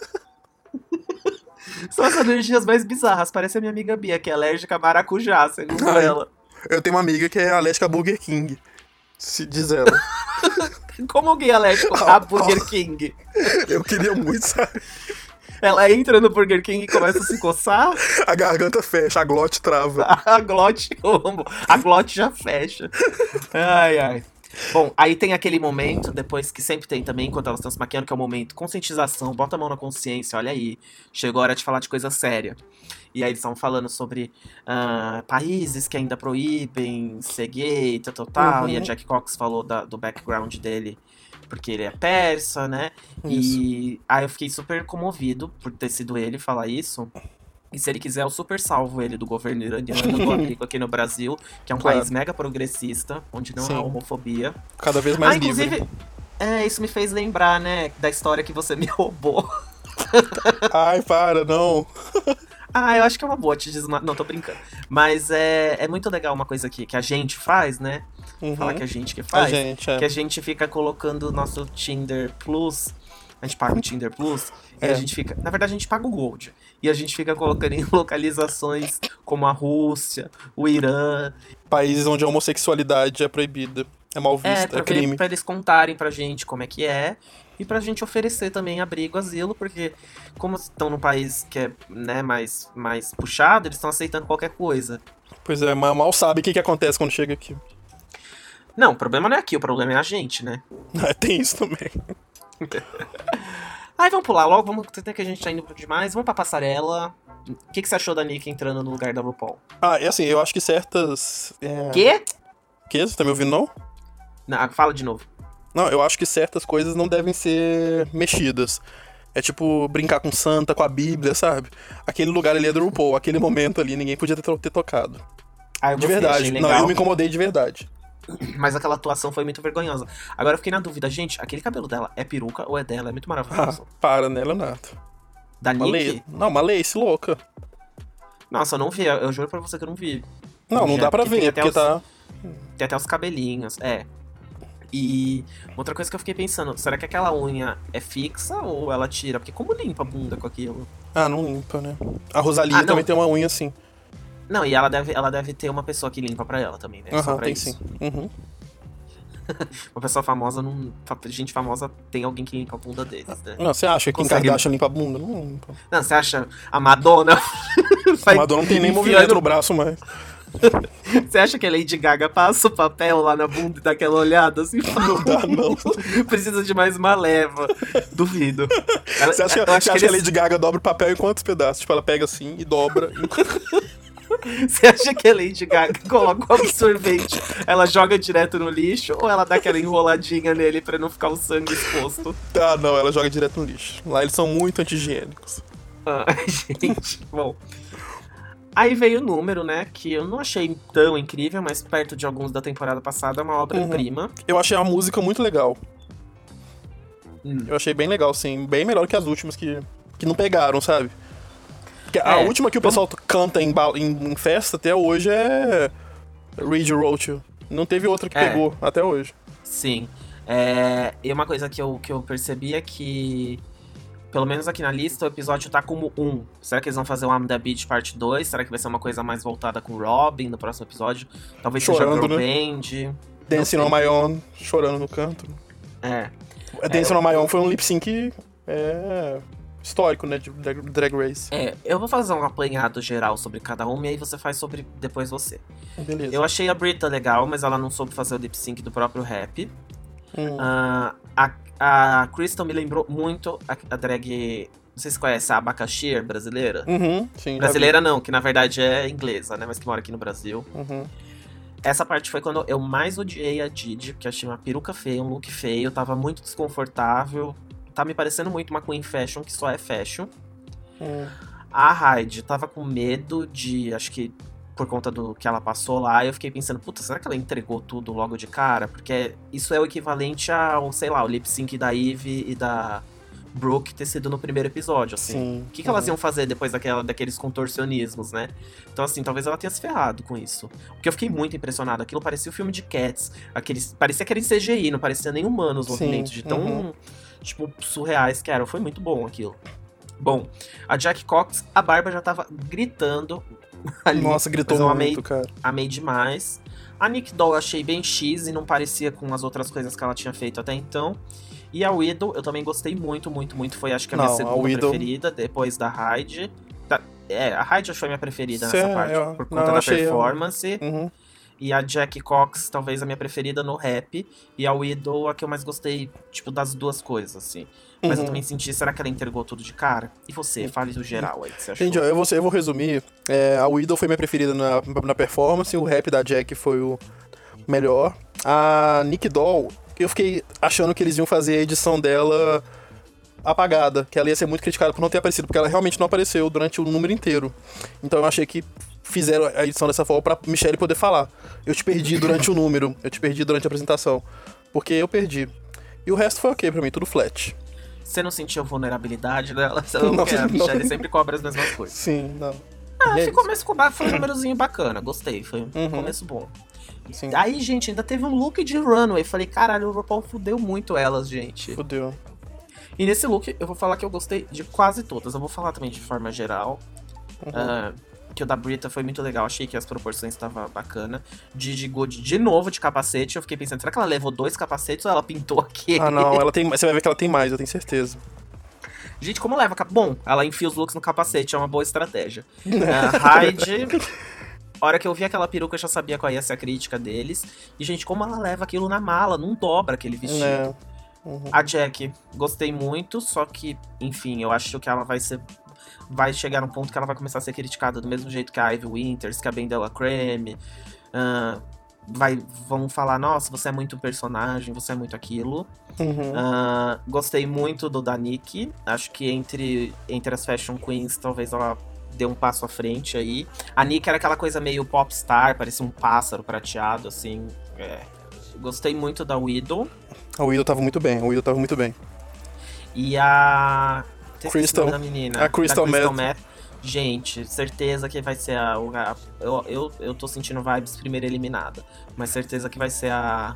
S1: São as alergias mais bizarras. Parece a minha amiga Bia, que é alérgica a maracujá, segundo
S2: Ai.
S1: ela.
S2: Eu tenho uma amiga que é alérgica a Burger King. Se diz ela.
S1: Como alguém é alérgico a Burger King?
S2: Eu queria muito, sabe?
S1: Ela entra no Burger King e começa a se coçar,
S2: A garganta fecha, a glote trava.
S1: a glote já fecha. Ai, ai. Bom, aí tem aquele momento, depois que sempre tem também, enquanto elas estão se maquiando, que é o momento conscientização, bota a mão na consciência, olha aí, chegou a hora de falar de coisa séria. E aí eles estão falando sobre países que ainda proíbem ser gay, tal, e a Jack Cox falou do background dele, porque ele é persa, né? E aí eu fiquei super comovido por ter sido ele falar isso. E se ele quiser, eu super salvo ele do governo iraniano, do abrigo aqui no Brasil, que é um
S2: Claro.
S1: país mega progressista, onde não
S2: Sim.
S1: há homofobia.
S2: Cada vez mais
S1: inclusive,
S2: livre.
S1: isso me fez lembrar, né, da história que você me roubou.
S2: Ai, para, não.
S1: Eu acho que é uma boa te desma... Não, tô brincando. Mas é muito legal uma coisa que a gente faz, né? Falar que a gente que faz.
S2: A gente,
S1: Que a gente fica colocando o nosso Tinder Plus. A gente paga o Tinder Plus. E a gente fica. Na verdade, a gente paga o Gold. E a gente fica colocando em localizações como a Rússia, o Irã.
S2: Países onde a homossexualidade é proibida. É mal vista,
S1: Pra
S2: é crime.
S1: pra eles contarem pra gente como é que é. E pra gente oferecer também abrigo, asilo, porque como estão num país que é, né, mais puxado, eles estão aceitando qualquer coisa.
S2: Pois é, mas mal sabe o que acontece quando chega aqui.
S1: Não, o problema não é aqui, o problema é a gente, né?
S2: Tem isso também.
S1: Vamos pular logo, vamos entender que a gente tá indo demais. Vamos pra passarela. O que você achou da Nick entrando no lugar da RuPaul?
S2: É assim, eu acho que certas...
S1: Quê?
S2: Que? Você tá me ouvindo, não?
S1: Não, fala de novo.
S2: Não, eu acho que certas coisas não devem ser mexidas. É tipo brincar com santa, com a Bíblia, sabe? Aquele lugar ali é do RuPaul, aquele momento ali, ninguém podia ter tocado.
S1: Eu
S2: De
S1: gostei,
S2: verdade.
S1: achei
S2: Não,
S1: legal,
S2: eu me incomodei de verdade.
S1: mas aquela atuação foi muito vergonhosa. Agora eu fiquei na dúvida, gente, aquele cabelo dela é peruca ou é dela? É muito maravilhoso.
S2: Para, né, Leonardo?
S1: Da
S2: Uma
S1: Nick?
S2: lace. Não, uma lace louca.
S1: Nossa, eu não vi, eu juro pra você que eu não vi.
S2: Não dá pra ver, porque tá...
S1: Tem até os cabelinhos, E outra coisa que eu fiquei pensando, será que aquela unha é fixa ou ela tira? Porque como limpa a bunda com aquilo?
S2: Não limpa, né? A Rosalia
S1: não.
S2: também tem uma unha assim.
S1: Não, e ela deve ter uma pessoa que limpa pra ela também, né? Só pra
S2: Tem
S1: isso.
S2: sim. Uhum.
S1: Uma pessoa famosa não. Gente famosa tem alguém que limpa a bunda deles, né?
S2: Não, você acha que Kim
S1: Consegue-
S2: Kardashian limpa a bunda? Não limpa.
S1: Não, você acha a Madonna.
S2: A Madonna não tem nem movimento no braço mais.
S1: Você acha que a Lady Gaga passa o papel lá na bunda e dá aquela olhada assim?
S2: Não dá, não.
S1: Precisa de mais uma leva. Duvido.
S2: Você acha,
S1: Eu acho
S2: que a
S1: eles-
S2: Lady Gaga dobra o papel em quantos pedaços? Tipo, ela pega assim e dobra.
S1: Você acha que a Lady Gaga coloca o absorvente, ela joga direto no lixo ou ela dá aquela enroladinha nele pra não ficar o sangue exposto?
S2: Ah, não, ela joga direto no lixo. Lá eles são muito anti-higiênicos.
S1: Ai, gente, bom. Aí veio o número, né, que eu não achei tão incrível, mas perto de alguns da temporada passada, é uma obra-prima.
S2: Eu achei a música muito legal.
S1: Hum.
S2: Eu achei bem legal, sim. Bem melhor que as últimas que não pegaram, sabe? Porque a
S1: É,
S2: última que o pessoal canta em festa até hoje é Read Roach. Não teve outra que
S1: É.
S2: pegou até hoje.
S1: Sim. E uma coisa que eu percebi é que, pelo menos aqui na lista, o episódio tá como 1. Será que eles vão fazer o I'm the Beach parte 2? Será que vai ser uma coisa mais voltada com o Robin no próximo episódio? Talvez
S2: Chorando,
S1: seja
S2: né?
S1: Girl Band.
S2: Dancing on My Own, chorando no canto.
S1: É.
S2: Dancing on My Own foi um lip sync histórico, né, de Drag Race.
S1: Eu vou fazer um apanhado geral sobre cada uma e aí você faz sobre depois você.
S2: Beleza.
S1: Eu achei a Brita legal, mas ela não soube fazer o lip sync do próprio rap. A Crystal me lembrou muito a drag. Não sei se conhece a Abacaxi brasileira.
S2: Sim. já
S1: Brasileira não, que na verdade é inglesa, né? Mas que mora aqui no Brasil.
S2: vi.
S1: Essa parte foi quando eu mais odiei a Didi, porque achei uma peruca feia, um look feio, tava muito desconfortável. Tá me parecendo muito uma Queen Fashion, que só é fashion. A Hyde tava com medo de, acho que por conta do que ela passou lá, eu fiquei pensando, puta, será que ela entregou tudo logo de cara? Porque isso é o equivalente ao, sei lá, o lip sync da Eve e da Brooke ter sido no primeiro episódio, assim.
S2: Sim.
S1: O que elas iam fazer depois daqueles contorcionismos, né? Então, assim, talvez ela tenha se ferrado com isso. Porque eu fiquei muito impressionado. Aquilo parecia o filme de Cats. Parecia que era em CGI, não parecia nem humano os
S2: Sim,
S1: movimentos de tão, tipo, surreais que eram. Foi muito bom aquilo. Bom, a Jack Cox, a Barba já tava gritando ali.
S2: Nossa, gritou
S1: mas eu
S2: muito, cara.
S1: amei demais. A Nick Doll eu achei bem X e não parecia com as outras coisas que ela tinha feito até então. E a Widow, eu também gostei muito, muito, muito. Foi, acho que, a minha
S2: Não, a
S1: segunda
S2: Widow-
S1: preferida, depois da Hyde. A Hyde foi a minha preferida
S2: Cê-
S1: nessa parte,
S2: eu-
S1: por
S2: não,
S1: conta
S2: eu
S1: da
S2: achei-
S1: performance.
S2: Uhum.
S1: E a Jack Cox, talvez a minha preferida no rap. E a Widow, a que eu mais gostei, tipo, das duas coisas, assim. Mas eu também senti, será que ela entregou tudo de cara? E você, fale do geral aí, que você achou?
S2: Gente, eu vou resumir. A Widow foi minha preferida na performance, o rap da Jack foi o melhor. A Nick Doll, eu fiquei achando que eles iam fazer a edição dela apagada, que ela ia ser muito criticada por não ter aparecido, porque ela realmente não apareceu durante o número inteiro. Então eu achei que fizeram a edição dessa forma pra Michelle poder falar. Eu te perdi durante o número, eu te perdi durante a apresentação, porque eu perdi. E o resto foi ok pra mim, tudo flat.
S1: Você não sentiu vulnerabilidade dela? Não,
S2: Não,
S1: porque a
S2: não.
S1: Michelle sempre cobra as mesmas coisas.
S2: Sim, não.
S1: Ah,
S2: E é
S1: ficou foi um númerozinho bacana, gostei, foi um começo bom.
S2: Sim.
S1: Aí, gente, ainda teve um look de runway. Falei, caralho, o RuPaul fudeu muito elas, gente.
S2: Fudeu.
S1: E nesse look, eu vou falar que eu gostei de quase todas. Eu vou falar também de forma geral. Que o da Brita foi muito legal, achei que as proporções estavam bacana. Gigi Gold de novo de capacete. Eu fiquei pensando, será que ela levou 2 capacetes ou ela pintou aquele?
S2: Ah, não, ela tem. Você vai ver que ela tem mais, eu tenho certeza.
S1: Gente, como leva? Bom, ela enfia os looks no capacete, é uma boa estratégia. Hyde. A hora que eu vi aquela peruca, eu já sabia qual ia ser a crítica deles. E, gente, como ela leva aquilo na mala, não dobra aquele vestido.
S2: É.
S1: A Jack, gostei muito, só que, enfim, eu acho que ela vai chegar num ponto que ela vai começar a ser criticada do mesmo jeito que a Ivy Winters, que a Bendela Creme. Vão falar, nossa, você é muito personagem, você é muito aquilo. Gostei muito do da Nick. Acho que entre as Fashion Queens, talvez ela dê um passo à frente aí. A Nick era aquela coisa meio popstar, parecia um pássaro prateado, assim. Gostei muito da Widow.
S2: A Widow tava muito bem,
S1: E a...
S2: Crystal.
S1: Da menina.
S2: A Crystal
S1: da
S2: Meth.
S1: Gente, certeza que vai ser eu tô sentindo vibes primeira eliminada. Mas certeza que vai ser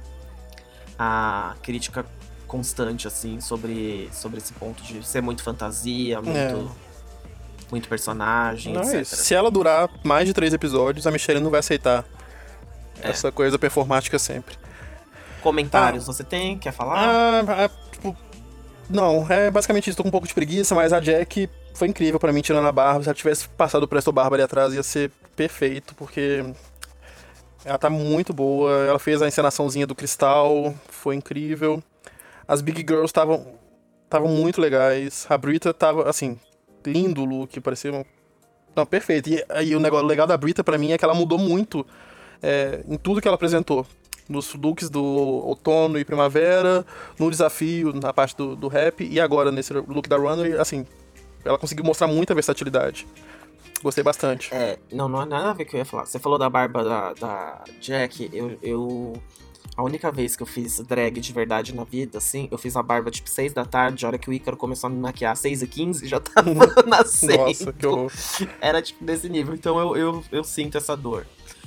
S1: a crítica constante, assim, sobre esse ponto de ser muito fantasia, muito personagem,
S2: Não,
S1: etc.
S2: é isso. Se ela durar mais de 3 episódios, a Michelle não vai aceitar essa coisa performática sempre.
S1: Comentários você tem? Quer falar?
S2: Tipo, não, é basicamente isso. Tô com um pouco de preguiça, mas a Jack foi incrível pra mim, tirando a barba. Se ela tivesse passado o Presto Barba ali atrás, ia ser perfeito, porque ela tá muito boa. Ela fez a encenaçãozinha do Cristal, foi incrível. As Big Girls estavam muito legais. A Brita tava, assim, lindo o look, parecia Não, perfeito. E aí o negócio legal da Brita pra mim é que ela mudou muito em tudo que ela apresentou. Nos looks do outono e primavera, no desafio, na parte do rap, e agora nesse look da Runway, assim, ela conseguiu mostrar muita versatilidade. Gostei bastante.
S1: Não é nada a ver com o que eu ia falar. Você falou da barba da Jack, a única vez que eu fiz drag de verdade na vida, assim, eu fiz a barba tipo 6 da tarde, a hora que o Ícaro começou a me maquiar 6h15, já tava nascendo.
S2: Nossa, que horror.
S1: Era tipo desse nível, então eu sinto essa dor.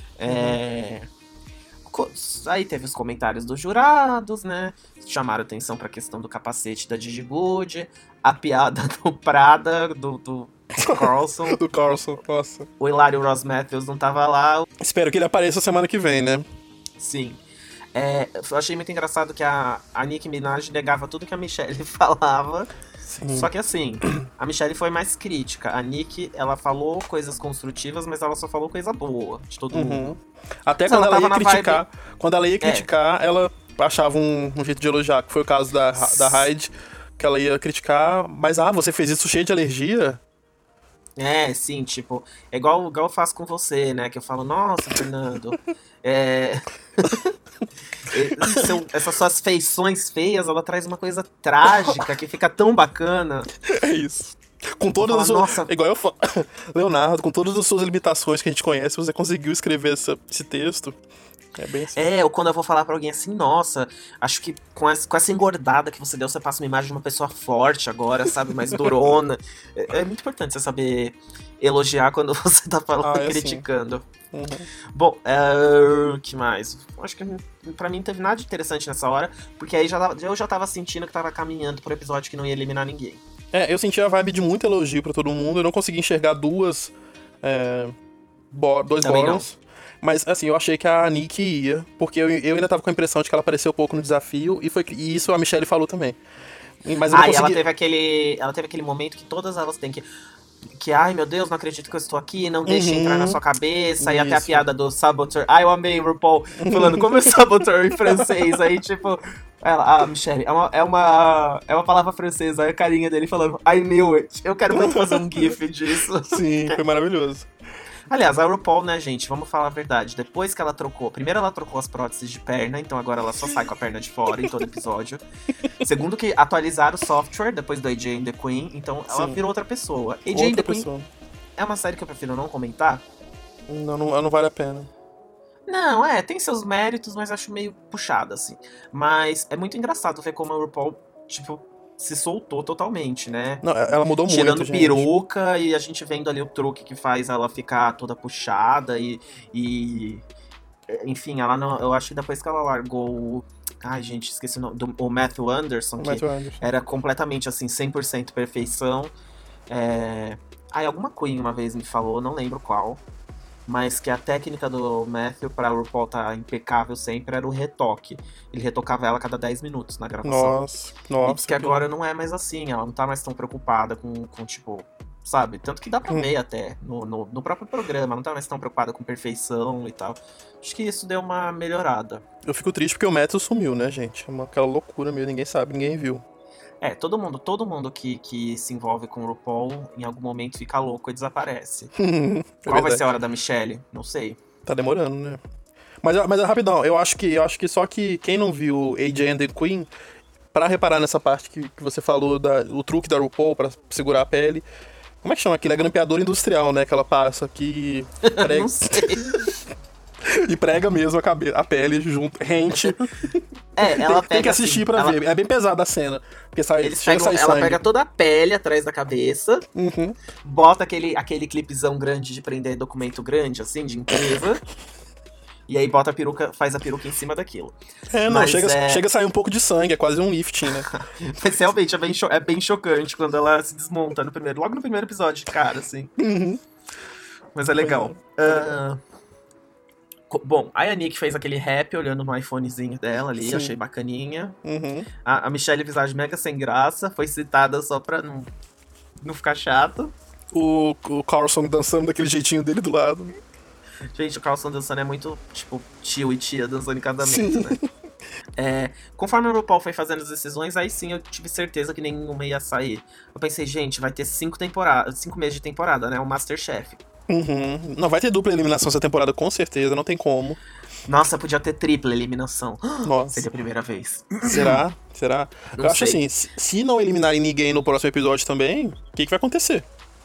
S1: Aí teve os comentários dos jurados, né? Chamaram atenção pra questão do capacete da Gigi Goode, a piada do Prada, do Carlson.
S2: Do Carlson, nossa.
S1: O Hilário Ross Matthews não tava lá.
S2: Espero que ele apareça semana que vem, né?
S1: Sim. Eu achei muito engraçado que a Nicki Minaj negava tudo que a Michelle falava.
S2: Sim.
S1: Só que assim, a Michelle foi mais crítica. A Nicki, ela falou coisas construtivas, mas ela só falou coisa boa de todo mundo.
S2: Até quando ela ia criticar, ela achava um jeito de elogiar, que foi o caso da Hyde, que ela ia criticar, mas você fez isso cheio de alergia?
S1: Sim, tipo, é igual eu faço com você, né? Que eu falo, nossa, Fernando, essas suas feições feias, ela traz uma coisa trágica que fica tão bacana.
S2: É isso. Com todas as suas... Igual eu falo, Leonardo, com todas as suas limitações que a gente conhece, você conseguiu escrever esse texto. É bem assim.
S1: Ou quando eu vou falar pra alguém assim, nossa, acho que com essa engordada que você deu, você passa uma imagem de uma pessoa forte agora, sabe? Mais durona. É muito importante você saber elogiar quando você tá falando, criticando.
S2: Uhum.
S1: Bom, que mais? Acho que pra mim não teve nada de interessante nessa hora, porque aí eu já tava sentindo que tava caminhando pro episódio que não ia eliminar ninguém.
S2: Eu senti a vibe de muito elogio pra todo mundo, eu não consegui enxergar dois bottoms. Mas, assim, eu achei que a Nicki ia, porque eu ainda tava com a impressão de que ela apareceu pouco no desafio, e isso a Michelle falou também. Mas eu não consegui...
S1: ela teve aquele momento que todas elas têm que ai meu Deus, não acredito que eu estou aqui, não deixe entrar na sua cabeça, e até a piada do Saboteur, eu amei o RuPaul falando como é Saboteur em francês, aí tipo, a Michelle, é uma palavra francesa, aí a carinha dele falando, I knew it, eu quero muito fazer um gif disso.
S2: Sim, foi maravilhoso.
S1: Aliás, a RuPaul, né, gente, vamos falar a verdade, depois que ela trocou, primeiro ela trocou as próteses de perna, então agora ela só sai com a perna de fora em todo episódio. Segundo que atualizaram o software depois do AJ and the Queen, então ela virou outra pessoa. AJ and the Queen é uma série que eu prefiro não comentar.
S2: Não vale a pena.
S1: Não, tem seus méritos, mas acho meio puxado, assim. Mas é muito engraçado ver como a RuPaul, tipo, se soltou totalmente, né?
S2: Não, ela mudou muito,
S1: tirando peruca, e a gente vendo ali o truque que faz ela ficar toda puxada e enfim, ela não... Eu acho que depois que ela largou ai, gente, esqueci o nome. O Matthew Anderson, era completamente, assim, 100% perfeição. Alguma Queen uma vez me falou, não lembro qual. Mas que a técnica do Matthew pra RuPaul estar impecável sempre era o retoque. Ele retocava ela a cada 10 minutos na gravação.
S2: Nossa.
S1: E diz que agora não é mais assim, ela não tá mais tão preocupada com tipo, sabe? Tanto que dá pra ver até no próprio programa, não tá mais tão preocupada com perfeição e tal. Acho que isso deu uma melhorada.
S2: Eu fico triste porque o Matthew sumiu, né, gente? É aquela loucura mesmo, ninguém sabe, ninguém viu.
S1: Todo mundo que se envolve com o RuPaul, em algum momento fica louco e desaparece. Qual vai ser a hora da Michelle? Não sei.
S2: Tá demorando, né? Mas rapidão, eu acho que só que quem não viu AJ and the Queen, pra reparar nessa parte que você falou, o truque da RuPaul pra segurar a pele, como é que chama aquilo? É grampeador industrial, né? Que ela passa aqui...
S1: Não sei.
S2: E prega mesmo a pele junto, rente.
S1: Ela pega,
S2: tem que assistir pra ver. É bem pesada a cena. Porque ela
S1: pega toda a pele atrás da cabeça, bota aquele clipezão grande de prender documento grande, assim, de empresa. E aí bota a peruca, faz a peruca em cima daquilo.
S2: Chega a sair um pouco de sangue, é quase um lifting, né?
S1: Mas realmente é bem chocante quando ela se desmonta logo no primeiro episódio, cara, assim. Mas é legal. Bom, a Yannick fez aquele rap olhando no iPhonezinho dela ali,
S2: Sim.
S1: achei bacaninha.
S2: Uhum.
S1: A Michelle Visage mega sem graça, foi citada só pra não ficar chato.
S2: O Carlson dançando daquele jeitinho dele do lado.
S1: Gente, o Carlson dançando é muito, tipo, tio e tia dançando em casamento,
S2: Sim.
S1: né? Conforme o RuPaul foi fazendo as decisões, aí sim eu tive certeza que nenhuma ia sair. Eu pensei, gente, vai ter 5 meses de temporada, né? O Masterchef.
S2: Uhum. Não, vai ter dupla eliminação essa temporada, com certeza, não tem como.
S1: Nossa, podia ter tripla eliminação.
S2: Nossa.
S1: Seria a primeira vez.
S2: Será? Será?
S1: Não
S2: Eu acho
S1: sei.
S2: assim, se não eliminarem ninguém no próximo episódio também, o que vai acontecer?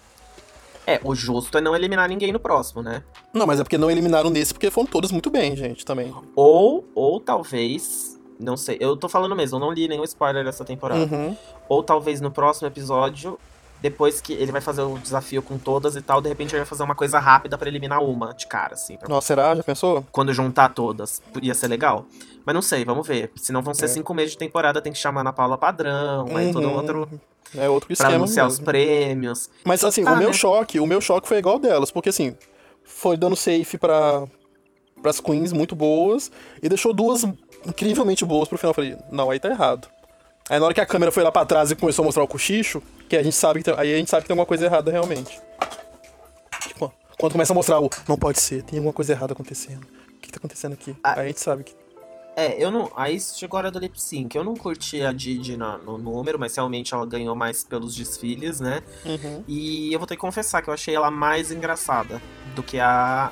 S1: O justo é não eliminar ninguém no próximo, né?
S2: Não, mas é porque não eliminaram nesse, porque foram todas muito bem, gente, também.
S1: Ou talvez, não sei, eu tô falando mesmo, eu não li nenhum spoiler dessa temporada.
S2: Uhum.
S1: Ou talvez no próximo episódio, depois que ele vai fazer o desafio com todas e tal, de repente ele vai fazer uma coisa rápida pra eliminar uma de cara, assim.
S2: Nossa, será? Já pensou?
S1: Quando juntar todas, ia ser legal. Mas não sei, vamos ver. Senão vão ser 5 meses de temporada, tem que chamar a Ana Paula Padrão, aí todo outro...
S2: É outro
S1: Pra
S2: esquema
S1: anunciar os
S2: mesmo.
S1: prêmios.
S2: Mas assim,
S1: Tá,
S2: o meu
S1: né?
S2: choque foi igual delas, porque assim, foi dando safe pras queens muito boas e deixou duas incrivelmente boas pro final. Eu falei, não, aí tá errado. Aí na hora que a câmera foi lá pra trás e começou a mostrar o cochicho, que a gente sabe que aí a gente sabe que tem alguma coisa errada realmente. Tipo, quando começa a mostrar o não pode ser, tem alguma coisa errada acontecendo. O que tá acontecendo aqui? Aí a gente sabe que.
S1: Eu não. Aí chegou a hora do lip sync. Eu não curti a Didi no número, mas realmente ela ganhou mais pelos desfiles, né?
S2: Uhum.
S1: E eu vou ter que confessar que eu achei ela mais engraçada do que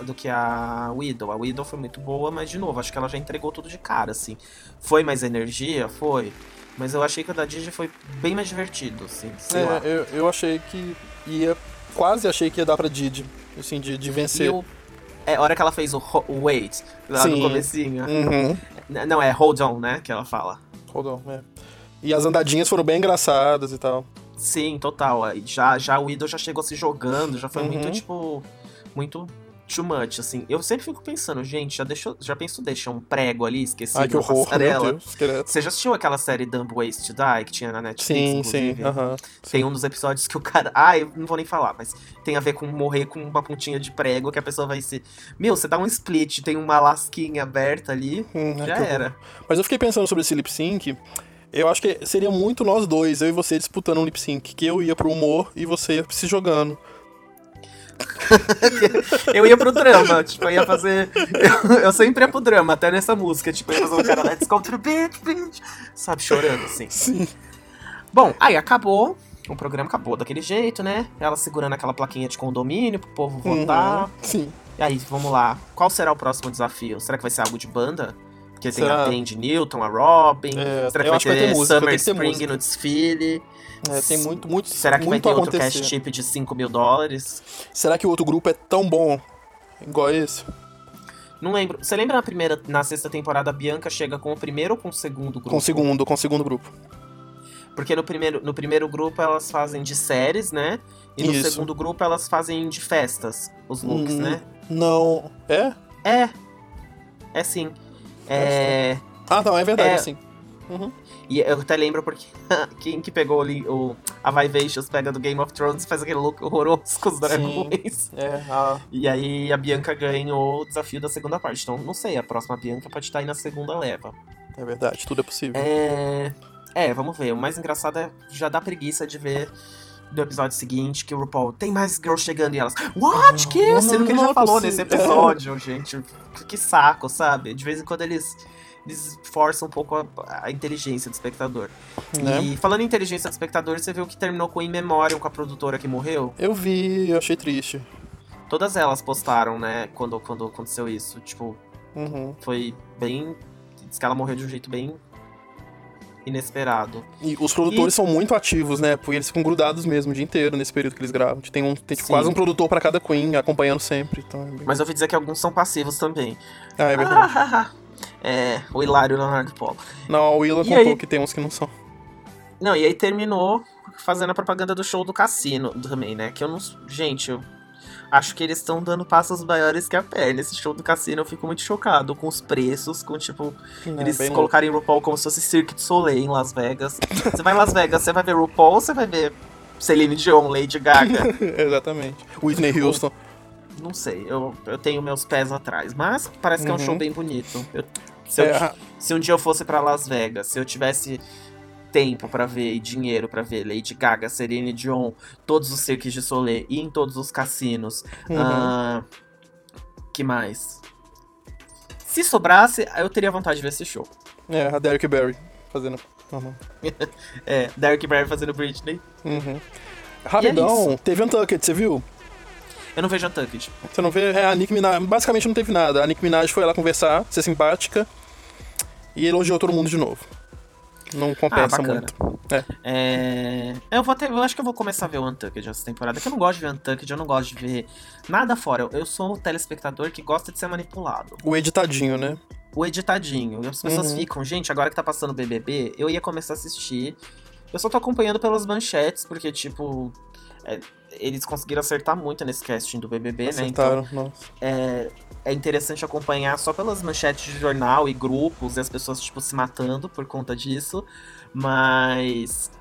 S1: a Widow. A Widow foi muito boa, mas de novo, acho que ela já entregou tudo de cara, assim. Foi mais energia? Foi. Mas eu achei que o da Didi foi bem mais divertido, assim. Sei lá.
S2: Eu achei que ia. Quase achei que ia dar pra Didi, assim, de vencer.
S1: A hora que ela fez o Wait, lá no
S2: Sim.
S1: comecinho.
S2: Uhum.
S1: Não, é Hold On, né? Que ela fala.
S2: Hold on, E as andadinhas foram bem engraçadas e tal.
S1: Sim, total. Aí já o Widow já chegou se jogando, já foi muito,
S2: Uhum.
S1: tipo, muito too much, assim. Eu sempre fico pensando, gente, já pensou deixar um prego ali, esquecido
S2: Ai, que
S1: na
S2: horror, meu
S1: passarela?
S2: Deus. Credo.
S1: Você já assistiu aquela série Dumb Ways to Die, que tinha na Netflix,
S2: Sim,
S1: inclusive?
S2: aham.
S1: Tem um dos episódios que o cara... eu não vou nem falar, mas tem a ver com morrer com uma pontinha de prego, que a pessoa vai se... Meu, você dá um split, tem uma lasquinha aberta ali,
S2: Ai,
S1: já
S2: que horror.
S1: era.
S2: Mas eu fiquei pensando sobre esse lip sync. Eu acho que seria muito nós dois, eu e você, disputando um lip sync. Que eu ia pro humor e você ia se jogando.
S1: Eu ia pro drama, tipo, eu ia fazer. Eu sempre ia pro drama, até nessa música. Tipo, eu ia fazer um cara let's go to the beach, beach, sabe, chorando assim.
S2: Sim.
S1: Bom, aí acabou. O programa acabou daquele jeito, né? Ela segurando aquela plaquinha de condomínio pro povo votar.
S2: Sim.
S1: E aí, vamos lá. Qual será o próximo desafio? Será que vai ser algo de banda? Porque tem
S2: Será?
S1: a Tandy Newton, a Robin. Será que
S2: eu
S1: vai
S2: acho que vai ter
S1: ter
S2: música,
S1: Summer
S2: tem que ter
S1: Spring
S2: música.
S1: no desfile?
S2: Tem muito
S1: Será que vai
S2: muito
S1: ter
S2: a
S1: outro
S2: acontecer.
S1: cash tip de $5 mil?
S2: Será que o outro grupo é tão bom igual esse?
S1: Não lembro. Você lembra na sexta temporada, a Bianca chega com o primeiro ou com o segundo grupo?
S2: Com o segundo grupo.
S1: Porque no primeiro grupo elas fazem de séries, né? E no
S2: Isso.
S1: segundo grupo elas fazem de festas, os looks, né?
S2: Não. É?
S1: É sim.
S2: Ah, não, é verdade,
S1: É.
S2: sim. Uhum.
S1: E eu até lembro porque quem que pegou ali a Vivacious pega do Game of Thrones faz aquele look horroroso com os dragões. E aí a Bianca ganhou o desafio da segunda parte. Então, não sei, a próxima Bianca pode estar aí na segunda leva.
S2: É verdade, tudo é possível.
S1: Vamos ver. O mais engraçado é já dá preguiça de ver do episódio seguinte que o RuPaul tem mais girls chegando e elas What? Que?
S2: Não,
S1: Sendo que ele
S2: não
S1: já
S2: é
S1: falou
S2: possível.
S1: nesse episódio, gente. Que saco, sabe? De vez em quando eles forçam um pouco a inteligência do espectador.
S2: Né?
S1: E falando em inteligência do espectador, você viu que terminou com In Memoriam, com a produtora que morreu?
S2: Eu vi, eu achei triste.
S1: Todas elas postaram, né, quando aconteceu isso. Tipo,
S2: Uhum.
S1: foi bem... Diz que ela morreu de um jeito bem inesperado.
S2: E os produtores são muito ativos, né? Porque eles ficam grudados mesmo o dia inteiro nesse período que eles gravam. Tem
S1: Sim.
S2: quase um produtor pra cada queen, acompanhando sempre. Então é bem...
S1: Mas eu ouvi dizer que alguns são passivos também.
S2: é verdade.
S1: O Hilário Leonardo Polo.
S2: Não, a Willa
S1: E
S2: contou
S1: aí?
S2: que tem uns que não são.
S1: Não, e aí terminou fazendo a propaganda do show do Cassino também, né? Que eu não... Gente, eu acho que eles estão dando passos maiores que a perna. Esse show do Cassino eu fico muito chocado com os preços, com tipo... eles
S2: bem
S1: colocarem RuPaul como se fosse Cirque du Soleil em Las Vegas. Você vai em Las Vegas, você vai ver RuPaul ou você vai ver Celine Dion, Lady Gaga?
S2: Exatamente. Whitney Houston.
S1: não sei, eu tenho meus pés atrás. Mas parece que é um show bem bonito. Se um dia eu fosse pra Las Vegas, se eu tivesse tempo pra ver e dinheiro pra ver Lady Gaga, Celine Dion, todos os Cirques de Soleil e em todos os cassinos. Que mais? Se sobrasse, eu teria vontade de ver esse show.
S2: A Derrick Barry fazendo...
S1: Derrick Barry fazendo Britney.
S2: Rapidão, teve Untucked, você viu?
S1: Eu não vejo Untucked.
S2: Você não vê? A Nicki Minaj, basicamente não teve nada. A Nicki Minaj foi lá conversar, ser simpática e elogiou todo mundo de novo. Não compensa muito.
S1: Eu acho que eu vou começar a ver o Untucked essa temporada, que eu não gosto de ver Untucked, eu não gosto de ver nada fora. Eu sou um telespectador que gosta de ser manipulado.
S2: O editadinho, né?
S1: O editadinho. E as pessoas ficam, gente, agora que tá passando o BBB, eu ia começar a assistir. Eu só tô acompanhando pelas manchetes, porque, tipo, eles conseguiram acertar muito nesse casting do BBB,
S2: Acertaram,
S1: né? Então,
S2: nossa.
S1: é interessante acompanhar só pelas manchetes de jornal e grupos, e as pessoas, tipo, se matando por conta disso. Mas...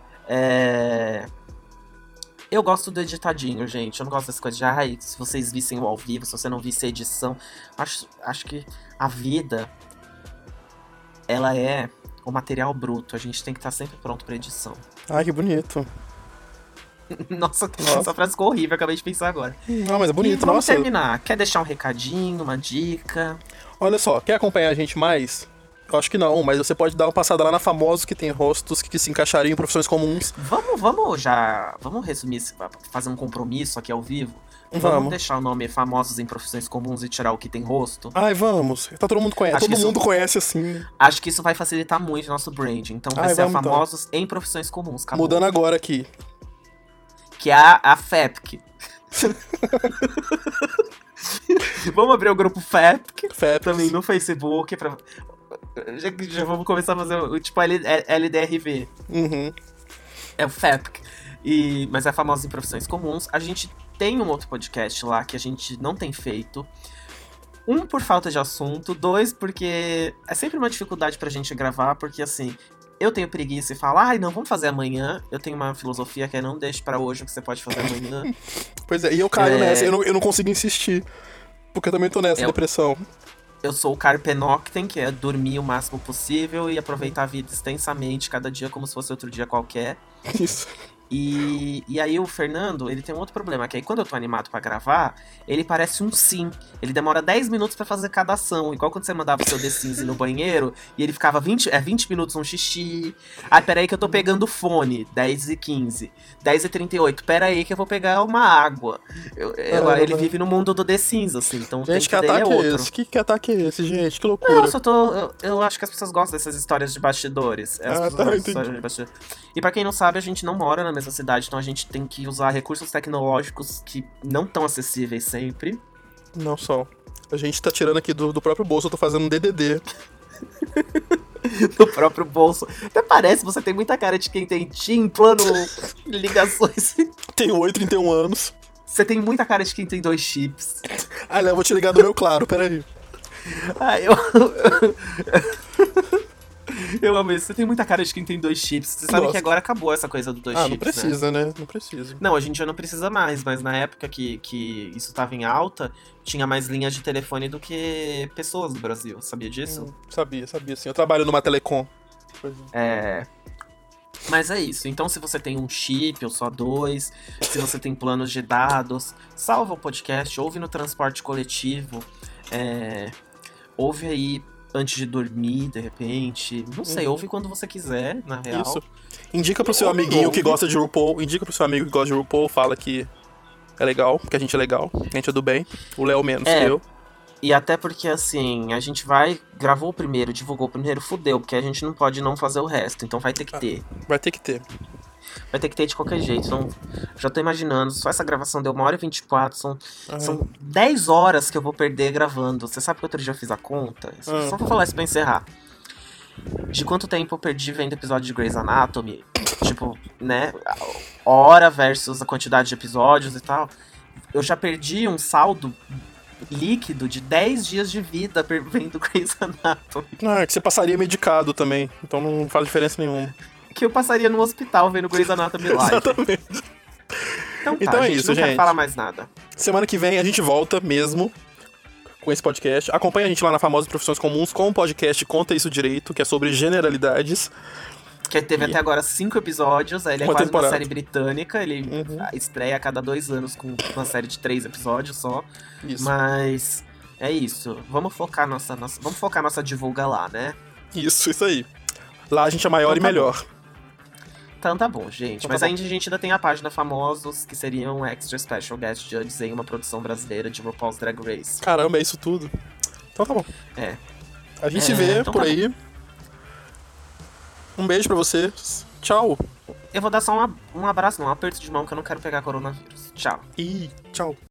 S1: eu gosto do editadinho, gente. Eu não gosto dessas coisas de, se vocês vissem o ao vivo, se você não visse a edição. Acho que a vida, ela é o material bruto. A gente tem que estar sempre pronto pra edição.
S2: Ai, que bonito.
S1: Nossa, essa frase ficou horrível, acabei de pensar agora.
S2: Não, mas é bonito,
S1: vamos
S2: nossa.
S1: terminar. Quer deixar um recadinho, uma dica?
S2: Olha só, quer acompanhar a gente mais? Eu acho que não, mas você pode dar uma passada lá na Famosos, que tem rostos que se encaixariam em profissões comuns.
S1: Vamos resumir, fazer um compromisso aqui ao vivo? Vamos deixar o nome Famosos em Profissões Comuns e tirar o que tem rosto?
S2: Ai, vamos. Tá todo mundo conhece. Todo mundo conhece assim.
S1: Acho que isso vai facilitar muito o nosso branding. Então vai ser Famosos em Profissões Comuns. Acabou.
S2: Mudando agora aqui.
S1: Que é a FEPC. Vamos abrir o grupo FEPC também no Facebook. Já vamos começar a fazer tipo LDRV. É o FEPC. Mas é famoso em Profissões Comuns. A gente tem um outro podcast lá que a gente não tem feito. 1, por falta de assunto. 2, porque é sempre uma dificuldade pra gente gravar, porque assim, eu tenho preguiça e falo, não, vamos fazer amanhã. Eu tenho uma filosofia que é não deixe pra hoje o que você pode fazer amanhã.
S2: Pois é, e eu caio nessa, eu não consigo insistir, porque eu também tô nessa depressão.
S1: Eu sou o Carpe Noctem, que é dormir o máximo possível e aproveitar a vida extensamente, cada dia como se fosse outro dia qualquer.
S2: Isso.
S1: E aí o Fernando, ele tem um outro problema, que aí quando eu tô animado pra gravar, ele parece um sim. Ele demora 10 minutos pra fazer cada ação, igual quando você mandava o seu The Sims no banheiro, e ele ficava 20 minutos um xixi. Peraí que eu tô pegando o fone, 10h15. 10h38, peraí que eu vou pegar uma água. Ele vive no mundo do The Sims, assim, então
S2: gente,
S1: que ataque é esse?
S2: Que ataque é esse, gente? Que loucura.
S1: Eu acho que as pessoas gostam dessas histórias de bastidores. E pra quem não sabe, a gente não mora na mesma cidade, então a gente tem que usar recursos tecnológicos que não estão acessíveis sempre.
S2: Não só. A gente tá tirando aqui do próprio bolso, eu tô fazendo um DDD.
S1: Do próprio bolso. Até parece, você tem muita cara de quem tem TIM, plano, ligações.
S2: Tenho 31 anos.
S1: Você tem muita cara de quem tem 2 chips.
S2: Léo, eu vou te ligar do meu claro, peraí.
S1: Eu amo isso. Você tem muita cara de quem tem 2 chips. Você sabe que agora acabou essa coisa do 2 chips,
S2: não precisa, né? Não precisa.
S1: Não, a gente já não precisa mais, mas na época que isso tava em alta, tinha mais linhas de telefone do que pessoas no Brasil. Sabia disso?
S2: Sabia sim. Eu trabalho numa telecom.
S1: Mas é isso. Então, se você tem um chip ou só 2, se você tem planos de dados, salva o podcast, ouve no transporte coletivo, ouve aí antes de dormir, de repente. Não sei, ouve quando você quiser, na real.
S2: Isso. Indica pro seu amiguinho que gosta de RuPaul. Indica pro seu amigo que gosta de RuPaul. Fala que é legal, que a gente é legal, que a gente é do bem. O Léo menos que eu.
S1: E até porque, assim, a gente gravou o primeiro, divulgou o primeiro, fudeu, porque a gente não pode não fazer o resto. Então vai ter que ter.
S2: Vai ter que ter.
S1: Vai ter que ter de qualquer jeito. Então, já tô imaginando, só essa gravação deu 1h24, são 10 horas que eu vou perder gravando. Você sabe que outro dia eu fiz a conta? Só vou falar isso pra encerrar. De quanto tempo eu perdi vendo episódio de Grey's Anatomy? Tipo, né? Hora versus a quantidade de episódios e tal. Eu já perdi um saldo líquido de 10 dias de vida vendo Grey's Anatomy.
S2: Que você passaria medicado também. Então não faz diferença nenhuma.
S1: Que eu passaria no hospital vendo Grey's Anatomy live.
S2: Exatamente. Então é
S1: gente,
S2: isso,
S1: não quero
S2: gente.
S1: falar mais nada.
S2: Semana que vem a gente volta mesmo com esse podcast. Acompanha a gente lá na Famosas Profissões Comuns com o podcast Conta Isso Direito, que é sobre generalidades.
S1: Que teve até agora 5 episódios, ele é
S2: Uma
S1: quase
S2: temporada.
S1: uma série britânica, ele estreia a cada 2 anos com uma série de 3 episódios só.
S2: Isso.
S1: Mas é isso, vamos focar nossa divulga lá, né?
S2: Isso aí. Lá a gente é maior
S1: Então
S2: e
S1: tá
S2: melhor.
S1: Então tá bom, gente.
S2: Então
S1: Mas
S2: tá bom.
S1: ainda a gente ainda tem a página Famosos, que seriam Extra Special Guest Judges em uma produção brasileira de RuPaul's Drag Race.
S2: Caramba, é isso tudo. Então tá bom.
S1: É.
S2: A gente se vê
S1: então
S2: por
S1: tá
S2: aí. Um beijo pra vocês. Tchau.
S1: Eu vou dar só um abraço, não, um aperto de mão que eu não quero pegar coronavírus. Tchau.
S2: E tchau.